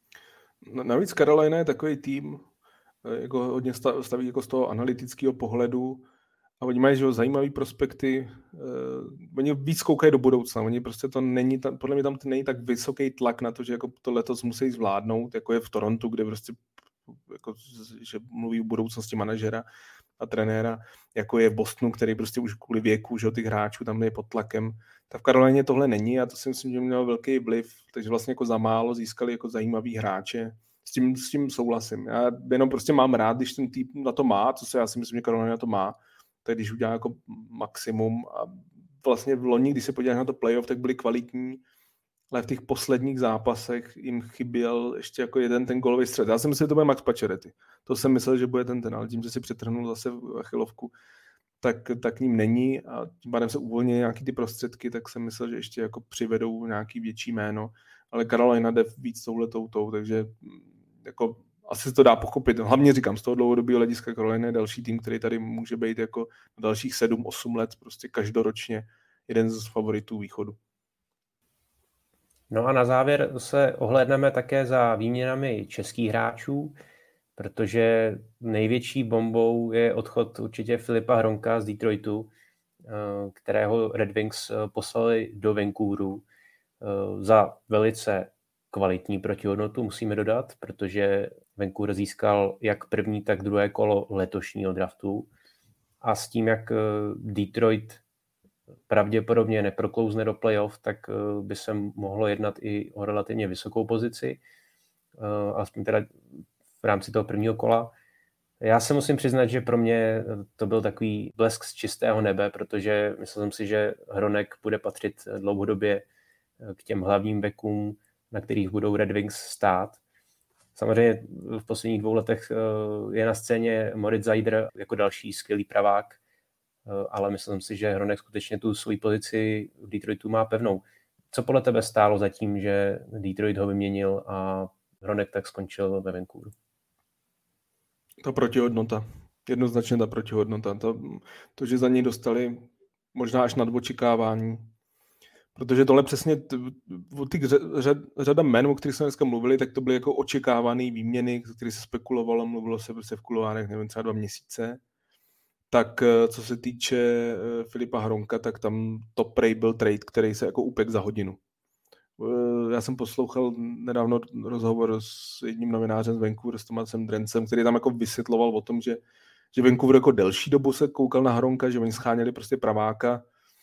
[SPEAKER 6] Navíc Carolina je takový tým, jako hodně staví jako z toho analytického pohledu, a oni mají, že zajímavý prospekty, uh, oni víc koukají do budoucna, oni prostě to není, tam, podle mě tam není tak vysoký tlak na to, že jako to letos musí zvládnout, jako je v Torontu, kde prostě jako, že mluví o budoucnosti manažera a trenéra, jako je v Bostonu, který prostě už kvůli věku, že těch hráčů tam je pod tlakem. Tak v Karolíně tohle není a to si myslím, že mělo velký vliv, takže vlastně jako za málo získali jako zajímavý hráče. S tím, s tím souhlasím. Já jenom prostě mám rád, když ten tým na to má, co se já si myslím, že Karolina na to má, tak když udělá jako maximum a vlastně v loni, když se podíváš na to playoff, tak byli kvalitní, ale v těch posledních zápasech jim chyběl ještě jako jeden ten gólový střed. Já jsem myslel, že to bude Max Pacioretty. To jsem myslel, že bude ten ten, ale tím, že si přetrhnul zase v achilovku, tak, tak ním není a tím pádem se uvolní nějaký ty prostředky, tak jsem myslel, že ještě jako přivedou nějaký větší jméno, ale Carolina jde víc touhletou tou, takže jako asi se to dá pochopit. Hlavně říkám, z toho dlouhodobého hlediska Carolina je další tým, který tady může být jako na dalších sedm osm let, prostě každoročně jeden z favoritů východu.
[SPEAKER 5] No a na závěr se ohlédneme také za výměnami českých hráčů, protože největší bombou je odchod určitě Filipa Hronka z Detroitu, kterého Red Wings poslali do Vancouveru za velice kvalitní protihodnotu, musíme dodat, protože Vancouver získal jak první, tak druhé kolo letošního draftu a s tím, jak Detroit pravděpodobně neproklouzne do playoff, tak by se mohlo jednat i o relativně vysokou pozici, aspoň teda v rámci toho prvního kola. Já se musím přiznat, že pro mě to byl takový blesk z čistého nebe, protože myslel jsem si, že Hronek bude patřit dlouhodobě k těm hlavním bekům, na kterých budou Red Wings stát. Samozřejmě v posledních dvou letech je na scéně Moritz Seider jako další skvělý pravák, ale myslím si, že Hronek skutečně tu svoji pozici v Detroitu má pevnou. Co podle tebe stálo za tím, že Detroit ho vyměnil a Hronek tak skončil ve Vancouveru?
[SPEAKER 6] Ta protihodnota. Jednoznačně ta protihodnota. To, to že za něj dostali možná až nad očekávání. Protože tohle přesně, od těch řad, řada men, o kterých jsme dneska mluvili, tak to byly jako očekávané výměny, o kterých se spekulovalo, mluvilo se prostě v kuloárech, nevím, třeba dva měsíce. Tak co se týče Filipa Hronka, tak tam to prej byl trade, který se jako upek za hodinu. Já jsem poslouchal nedávno rozhovor s jedním novinářem z Vancouver, s Tomasem Drencem, který tam jako vysvětloval o tom, že, že Vancouver jako delší dobu se koukal na Hronka, že oni scháněli prostě praváka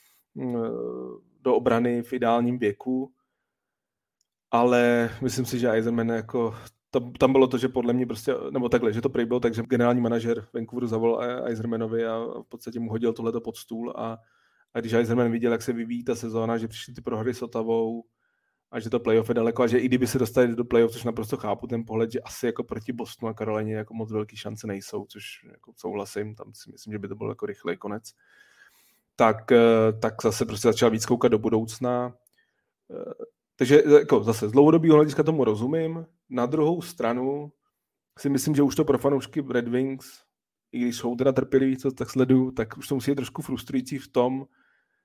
[SPEAKER 6] do obrany v ideálním věku, ale myslím si, že Eisenman jako, tam, tam bylo to, že podle mě prostě, nebo takhle, že to prej bylo tak, že generální manažer Vancouveru zavolal Eisenmanovi a v podstatě mu hodil tohleto pod stůl a, a když Eisenman viděl, jak se vyvíjí ta sezóna, že přišly ty prohry s Ottawou a že to playoff je daleko a že i kdyby se dostali do playoff, což naprosto chápu ten pohled, že asi jako proti Bostonu a Karolině jako moc velký šance nejsou, což jako souhlasím, tam si myslím, že by to byl jako rychlej konec. Tak, tak zase prostě začal víc koukat do budoucna. Takže jako zase z dlouhodobého hlediska tomu rozumím. Na druhou stranu si myslím, že už to pro fanoušky Red Wings, i když jsou teda trpěliví, co tak sleduju, tak už to musí být trošku frustrující v tom,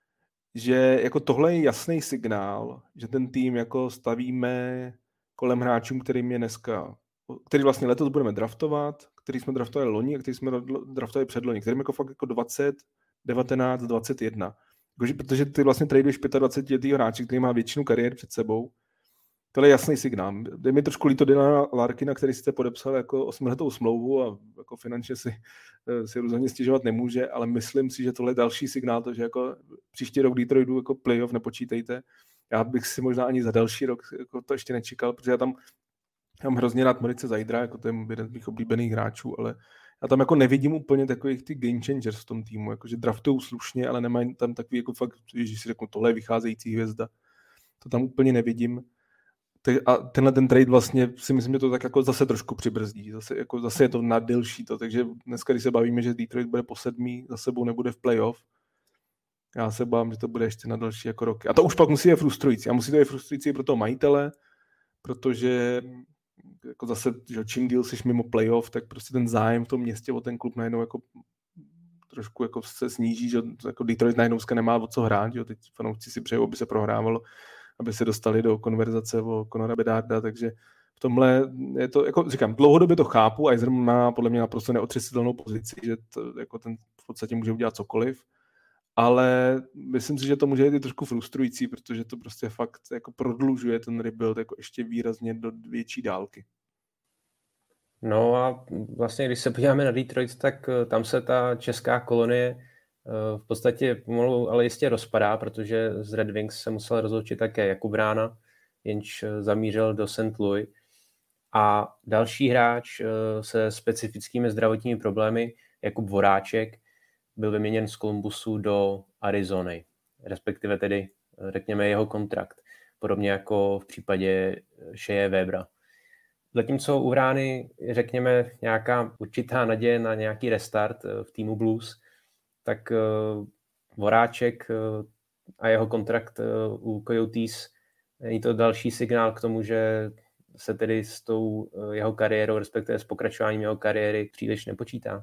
[SPEAKER 6] že jako tohle je jasný signál, že ten tým jako stavíme kolem hráčům, kterým je dneska, který vlastně letos budeme draftovat, který jsme draftovali loni a který jsme draftovali předloni, kterým jako fakt jako dvacet, devatenáct, dvacet jedna. Jakože, protože ty vlastně traduješ dvacetipětiletýho hráče, který má většinu kariér před sebou. Tohle je jasný signál. Jde mi trošku líto Dylana Larkina, který sice podepsal jako osmiletou smlouvu a jako finančně si, si rozhodně stěžovat nemůže, ale myslím si, že tohle je další signál, to, že jako příští rok Detroitu jako playoff nepočítejte. Já bych si možná ani za další rok jako to ještě nečekal, protože já tam já mám hrozně rád Moritze Zajdra, jako to je jeden z mých oblíbených hráčů, ale já tam jako nevidím úplně takových ty game changers v tom týmu, jakože draftujou slušně, ale nemají tam takový jako fakt, že si řeknu, tohle je vycházející hvězda. To tam úplně nevidím. A tenhle ten trade vlastně si myslím, že to tak jako zase trošku přibrzdí. Zase, jako zase je to na delší to, takže dneska, když se bavíme, že Detroit bude po sedmý, za sebou nebude v playoff, já se bavím, že to bude ještě na další jako roky. A to už pak musí je frustrující. A musí to je frustrující pro toho majitele, protože jako zase, že čím díl jsi mimo playoff, tak prostě ten zájem v tom městě o ten klub najednou jako trošku jako se sníží, že jako Detroit najednou nemá o co hrát, že teď fanoušci si přejou, aby se prohrávalo, aby se dostali do konverzace o Conora Bedarda, takže v tomhle je to, jako říkám, dlouhodobě to chápu, Yzerman má podle mě naprosto neotřesitelnou pozici, že to, jako ten v podstatě může udělat cokoliv, ale myslím si, že to může být trošku frustrující, protože to prostě fakt jako prodlužuje ten rebuild jako ještě výrazně do větší dálky.
[SPEAKER 5] No a vlastně, když se podíváme na Detroit, tak tam se ta česká kolonie v podstatě pomalu, ale jistě rozpadá, protože z Red Wings se musel rozloučit také Jakub Vrána, jenž zamířil do Saint Louis. A další hráč se specifickými zdravotními problémy, Jakub Voráček, byl vyměněn z Columbusu do Arizony, respektive tedy, řekněme, jeho kontrakt, podobně jako v případě Shea Webera. Zatímco u Vrány, řekněme, nějaká určitá naděje na nějaký restart v týmu Blues, tak Voráček a jeho kontrakt u Coyotes je to další signál k tomu, že se tedy s tou jeho kariérou, respektive s pokračováním jeho kariéry příliš nepočítá.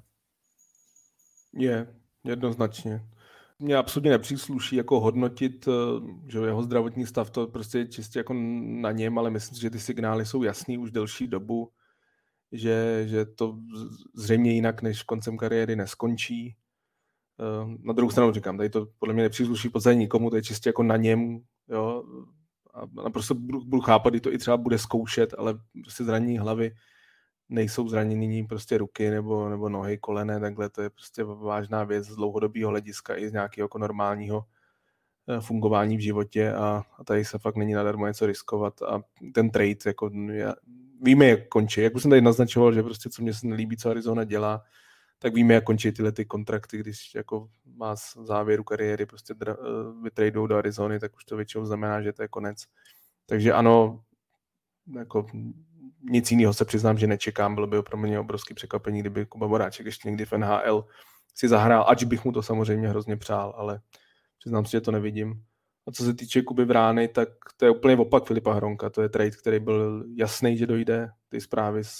[SPEAKER 6] Je, jednoznačně. Mně absolutně nepřísluší jako hodnotit, že jeho zdravotní stav, to prostě je čistě jako na něm, ale myslím si, že ty signály jsou jasný už delší dobu, že, že to zřejmě jinak než koncem kariéry neskončí. Na druhou stranu říkám, tady to podle mě nepřísluší podstatě nikomu, to je čistě jako na něm, jo, a naprosto budu, budu chápat, kdy to i třeba bude zkoušet, ale prostě zranění hlavy nejsou zranění prostě ruky nebo, nebo nohy, kolene, takhle to je prostě vážná věc z dlouhodobého hlediska i z nějakého jako normálního fungování v životě a, a tady se fakt není nadarmo něco riskovat a ten trade, jako já, víme, jak končí, jak už jsem tady naznačoval, že prostě co mě se nelíbí, co Arizona dělá, tak víme, jak končí tyhle ty kontrakty, když jako má z závěru kariéry prostě dra, vytradou do Arizony, tak už to většinou znamená, že to je konec. Takže ano, jako nic jiného se přiznám, že nečekám, bylo by pro mě obrovský překvapení, kdyby Kuba Voráček ještě někdy v N H L si zahrál, ač bych mu to samozřejmě hrozně přál, ale přiznám si, že to nevidím. A co se týče Kuby Vrány, tak to je úplně opak Filipa Hronka, to je trade, který byl jasný, že dojde, ty zprávy z,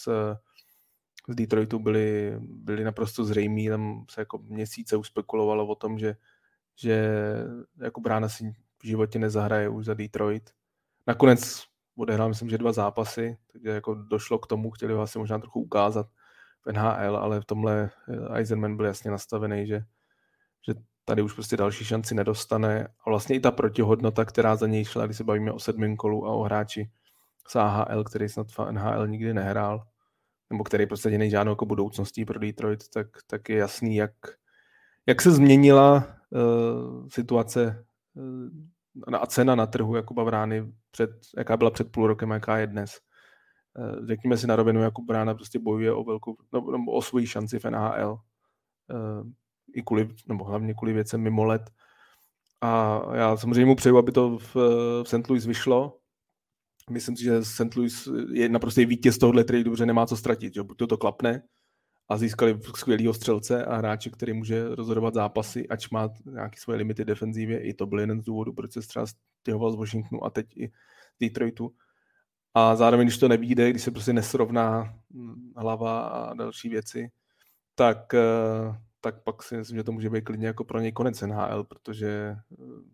[SPEAKER 6] z Detroitu byly, byly naprosto zřejmý, tam se jako měsíce už spekulovalo o tom, že, že jako Vrána si v životě nezahraje už za Detroit. Nakonec odehrál, myslím, že dva zápasy, takže jako došlo k tomu, chtěli ho asi možná trochu ukázat v N H L, ale v tomhle Yzerman byl jasně nastavený, že, že tady už prostě další šanci nedostane a vlastně i ta protihodnota, která za něj šla, když se bavíme o sedmém kolu a o hráči z A H L, který snad v N H L nikdy nehrál, nebo který prostě není žádnou jako budoucností pro Detroit, tak, tak je jasný, jak, jak se změnila uh, situace uh, a cena na trhu Jakuba Vrány, před, jaká byla před půl rokem, jaká je dnes. Uh, řekněme si na rovinu, Jakub Vrána prostě bojuje o velkou, no, no, o svoji šanci v N H L. Uh, i kvůli, nebo hlavně kvůli věcem mimo let. A já samozřejmě mu přeju, aby to v, v Saint Louis vyšlo. Myslím si, že Saint Louis je naprosto vítěz tohohle tradu, protože nemá co ztratit. Že? Buď to, to klapne a získali skvělýho střelce a hráče, který může rozhodovat zápasy, ač má nějaké svoje limity defenzívě. I to byl jeden z důvodů, proč se třeba stěhoval z Washingtonu a teď i z Detroitu. A zároveň, když to nevyjde, když se prostě nesrovná hlava a další věci, tak tak pak si myslím, že to může být klidně jako pro něj konec N H L, protože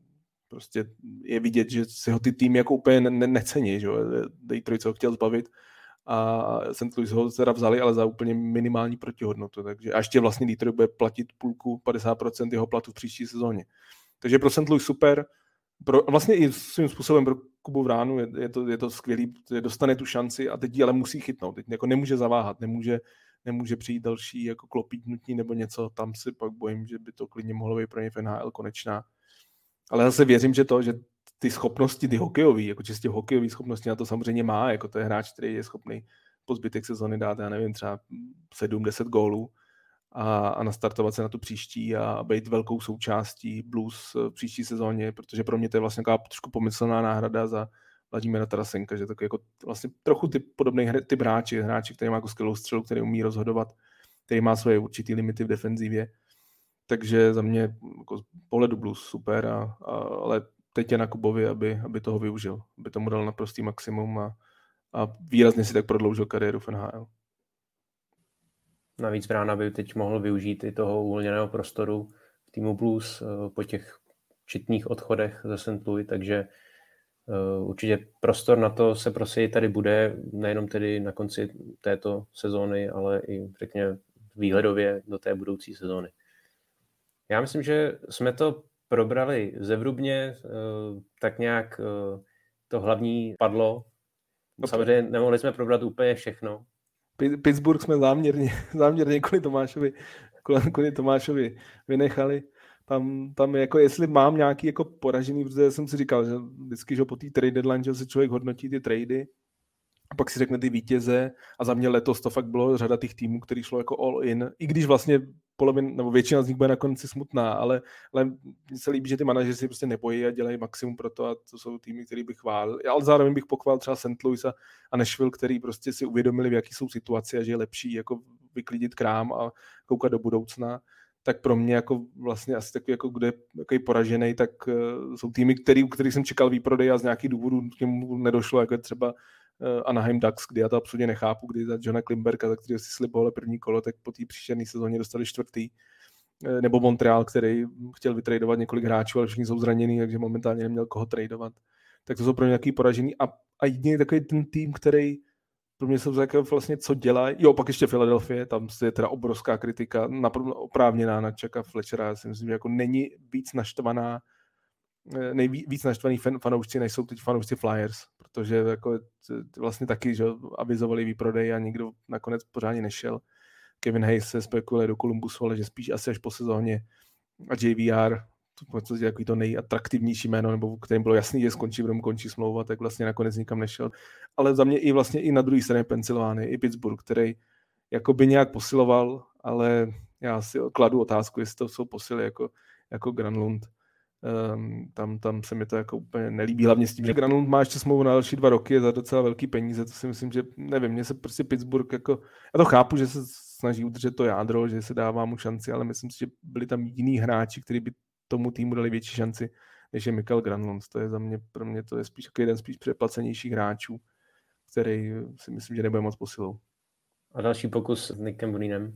[SPEAKER 6] Prostě je vidět, že si ho ty týmy jako úplně ne- necení, že jo. Detroit se ho chtěl zbavit a Saint Louis ho teda vzali, ale za úplně minimální protihodnotu. Takže a ještě vlastně Detroit bude platit půlku, padesát procent jeho platu v příští sezóně. Takže pro Saint Louis super. Pro, vlastně i svým způsobem pro Kubu Vránu je, je, to, je to skvělý, je dostane tu šanci a teď ji ale musí chytnout. Teď jako nemůže zaváhat, nemůže, nemůže přijít další jako klopítnutí nebo něco, tam si pak bojím, že by to klidně mohlo být pro ně v N H L konečná. Ale zase věřím, že to, že ty schopnosti, ty hokejový, jako čistě hokejový schopnosti na to samozřejmě má, jako to je hráč, který je schopný po zbytek sezóny dát, já nevím, třeba sedm deset gólů a, a nastartovat se na tu příští a být velkou součástí Blues v příští sezóně, protože pro mě to je vlastně taková trošku pomyslná náhrada za Vladimíra Tarasenka, že takový jako vlastně trochu typ, podobný typ hráči, hráči, který má jako skvělou střelu, který umí rozhodovat, který má svoje určitý limity v defenzivě. Takže za mě jako z pohledu Blues super, a, a, ale teď je na Kubovi, aby, aby toho využil, aby tomu dal naprostý maximum a, a výrazně si tak prodloužil kariéru v N H L.
[SPEAKER 5] Navíc Vrána by teď mohl využít i toho uvolněného prostoru v týmu Blues po těch četných odchodech ze Saint Louis, takže určitě prostor na to se prostě tady bude, nejenom tedy na konci této sezóny, ale i řekněme výhledově do té budoucí sezóny. Já myslím, že jsme to probrali zevrubně, tak nějak to hlavní padlo. Samozřejmě nemohli jsme probrat úplně všechno.
[SPEAKER 6] Pittsburgh jsme záměrně, záměrně kvůli Tomášovi, kvůli Tomášovi vynechali. Tam, tam jako, jestli mám nějaký jako poražený, protože jsem si říkal, že vždycky, že po té trade deadline, že se člověk hodnotí ty trady, a pak si řekne ty vítěze, a za mě letos to fakt bylo řada těch týmů, který šlo jako all in, i když vlastně polovin, nebo většina z nich bude na konci smutná, ale, ale mně se líbí, že ty manažeři si prostě nebojí a dělají maximum pro to, a to jsou týmy, který bych chválil. Ale zároveň bych pochválil třeba Saint Louis a, a Nashville, který prostě si uvědomili, v jaký jsou situace a že je lepší jako vyklidit krám a koukat do budoucna. Tak pro mě jako vlastně asi takový, jako kde takový poražený, tak uh, jsou týmy, který, u kterých jsem čekal výprodej a z nějakých důvodů k němu nedošlo, jako je třeba uh, Anaheim Ducks, kdy já to absolutně nechápu, kdy za Johna Klimberka, za kterého si slibovali první kolo, tak po té příšerné sezóně dostali čtvrtý. Uh, nebo Montreal, který chtěl vytradovat několik hráčů, ale všichni jsou zranění, takže momentálně neměl koho tradovat. Tak to jsou pro mě nějaký poražený. A, a jediný takový ten tým, který pro mě jsem řekl vlastně, co dělají. Jo, pak ještě Philadelphia, tam je teda obrovská kritika, naprosto oprávněná na Chucka Fletchera. Já si myslím, že jako není víc naštvaná, nejvíc naštvaný fan, fanoušci, než jsou teď fanoušci Flyers, protože jako vlastně taky, že avizovali výprodej a nikdo nakonec pořádně nešel. Kevin Hayes se spekuluje do Columbusu, ale že spíš asi až po sezóně, a J V R, to je takový to nejatraktivnější jméno, nebo kterým bylo jasný, že skončí, budeme končí smlouva, tak vlastně nakonec nikam nešel. Ale za mě i vlastně i na druhé straně Pensylvánie, i Pittsburgh, který jako by nějak posiloval, ale já si kladu otázku, jestli to jsou posily jako, jako Granlund. Um, tam, tam se mi to jako úplně nelíbí, hlavně s tím, že Granlund má ještě smlouvu na další dva roky za docela velký peníze, to si myslím, že nevím, mně se prostě Pittsburgh jako, já to chápu, že se snaží udržet to jádro, že se dává mu šanci, ale myslím si, že byli tam jiní hráči, kteří by tomu týmu dali větší šanci, než je Mikael Granlund. To je za mě, pro mě to je spíš jako jeden spíš přeplacenějších hráčů, který si myslím, že nebude moc posilou.
[SPEAKER 5] A další pokus s Nickem Boninem?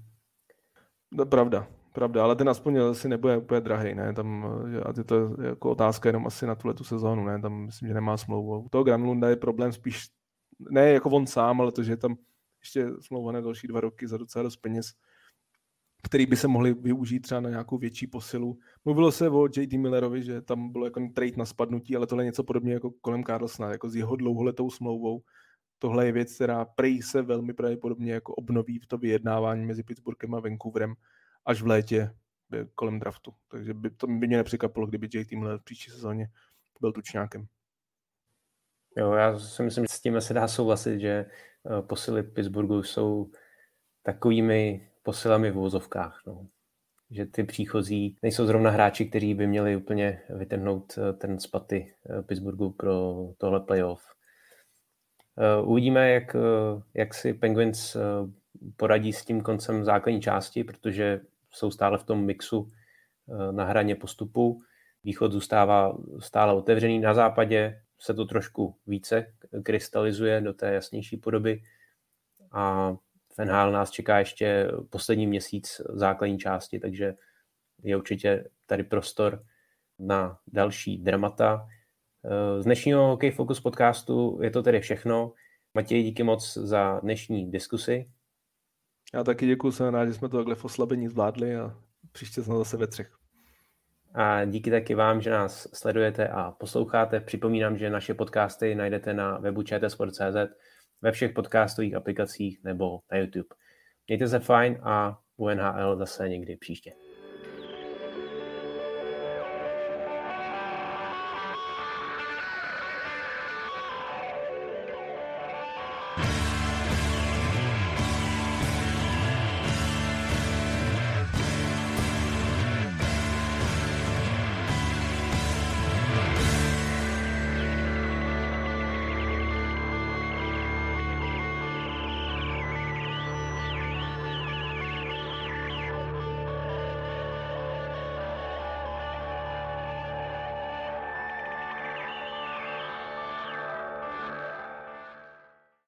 [SPEAKER 6] No, pravda, pravda, ale ten aspoň asi nebude úplně drahej, ne? Tam, a je to jako otázka jenom asi na tuhletu sezónu, ne? Tam myslím, že nemá smlouvu. U toho Granlunda je problém spíš, ne jako on sám, ale to, že je tam ještě smlouva na další dva roky za docela dost peněz, který by se mohli využít třeba na nějakou větší posilu. Mluvilo se o J T Millerovi, že tam bylo jako trade na spadnutí, ale tohle je něco podobně jako kolem Karlsna, jako s jeho dlouholetou smlouvou. Tohle je věc, která prej se velmi pravděpodobně jako obnoví v to vyjednávání mezi Pittsburghem a Vancouverem až v létě kolem draftu. Takže by to by mě nepřekvapilo, kdyby J T Miller v příští sezóně byl tučňákem.
[SPEAKER 5] Jo, já si myslím, že s tím se dá souhlasit, že posily Pittsburghu jsou takovými posilami v uvozovkách. No. Že ty příchozí nejsou zrovna hráči, kteří by měli úplně vytrhnout ten z paty Pittsburghu pro tohle playoff. Uvidíme, jak, jak si Penguins poradí s tím koncem základní části, protože jsou stále v tom mixu na hraně postupu. Východ zůstává stále otevřený. Na západě se to trošku více krystalizuje do té jasnější podoby a v N H L nás čeká ještě poslední měsíc základní části, takže je určitě tady prostor na další dramata. Z dnešního Hokej Focus podcastu je to tedy všechno. Matěj, díky moc za dnešní diskusi.
[SPEAKER 6] Já taky děkuji, jsem rád, že jsme to takhle v oslabení zvládli a příště jsme zase ve třech.
[SPEAKER 5] A díky taky vám, že nás sledujete a posloucháte. Připomínám, že naše podcasty najdete na webu č t sport tečka c z, ve všech podcastových aplikacích nebo na YouTube. Mějte se fajn a u N H L zase někdy příště.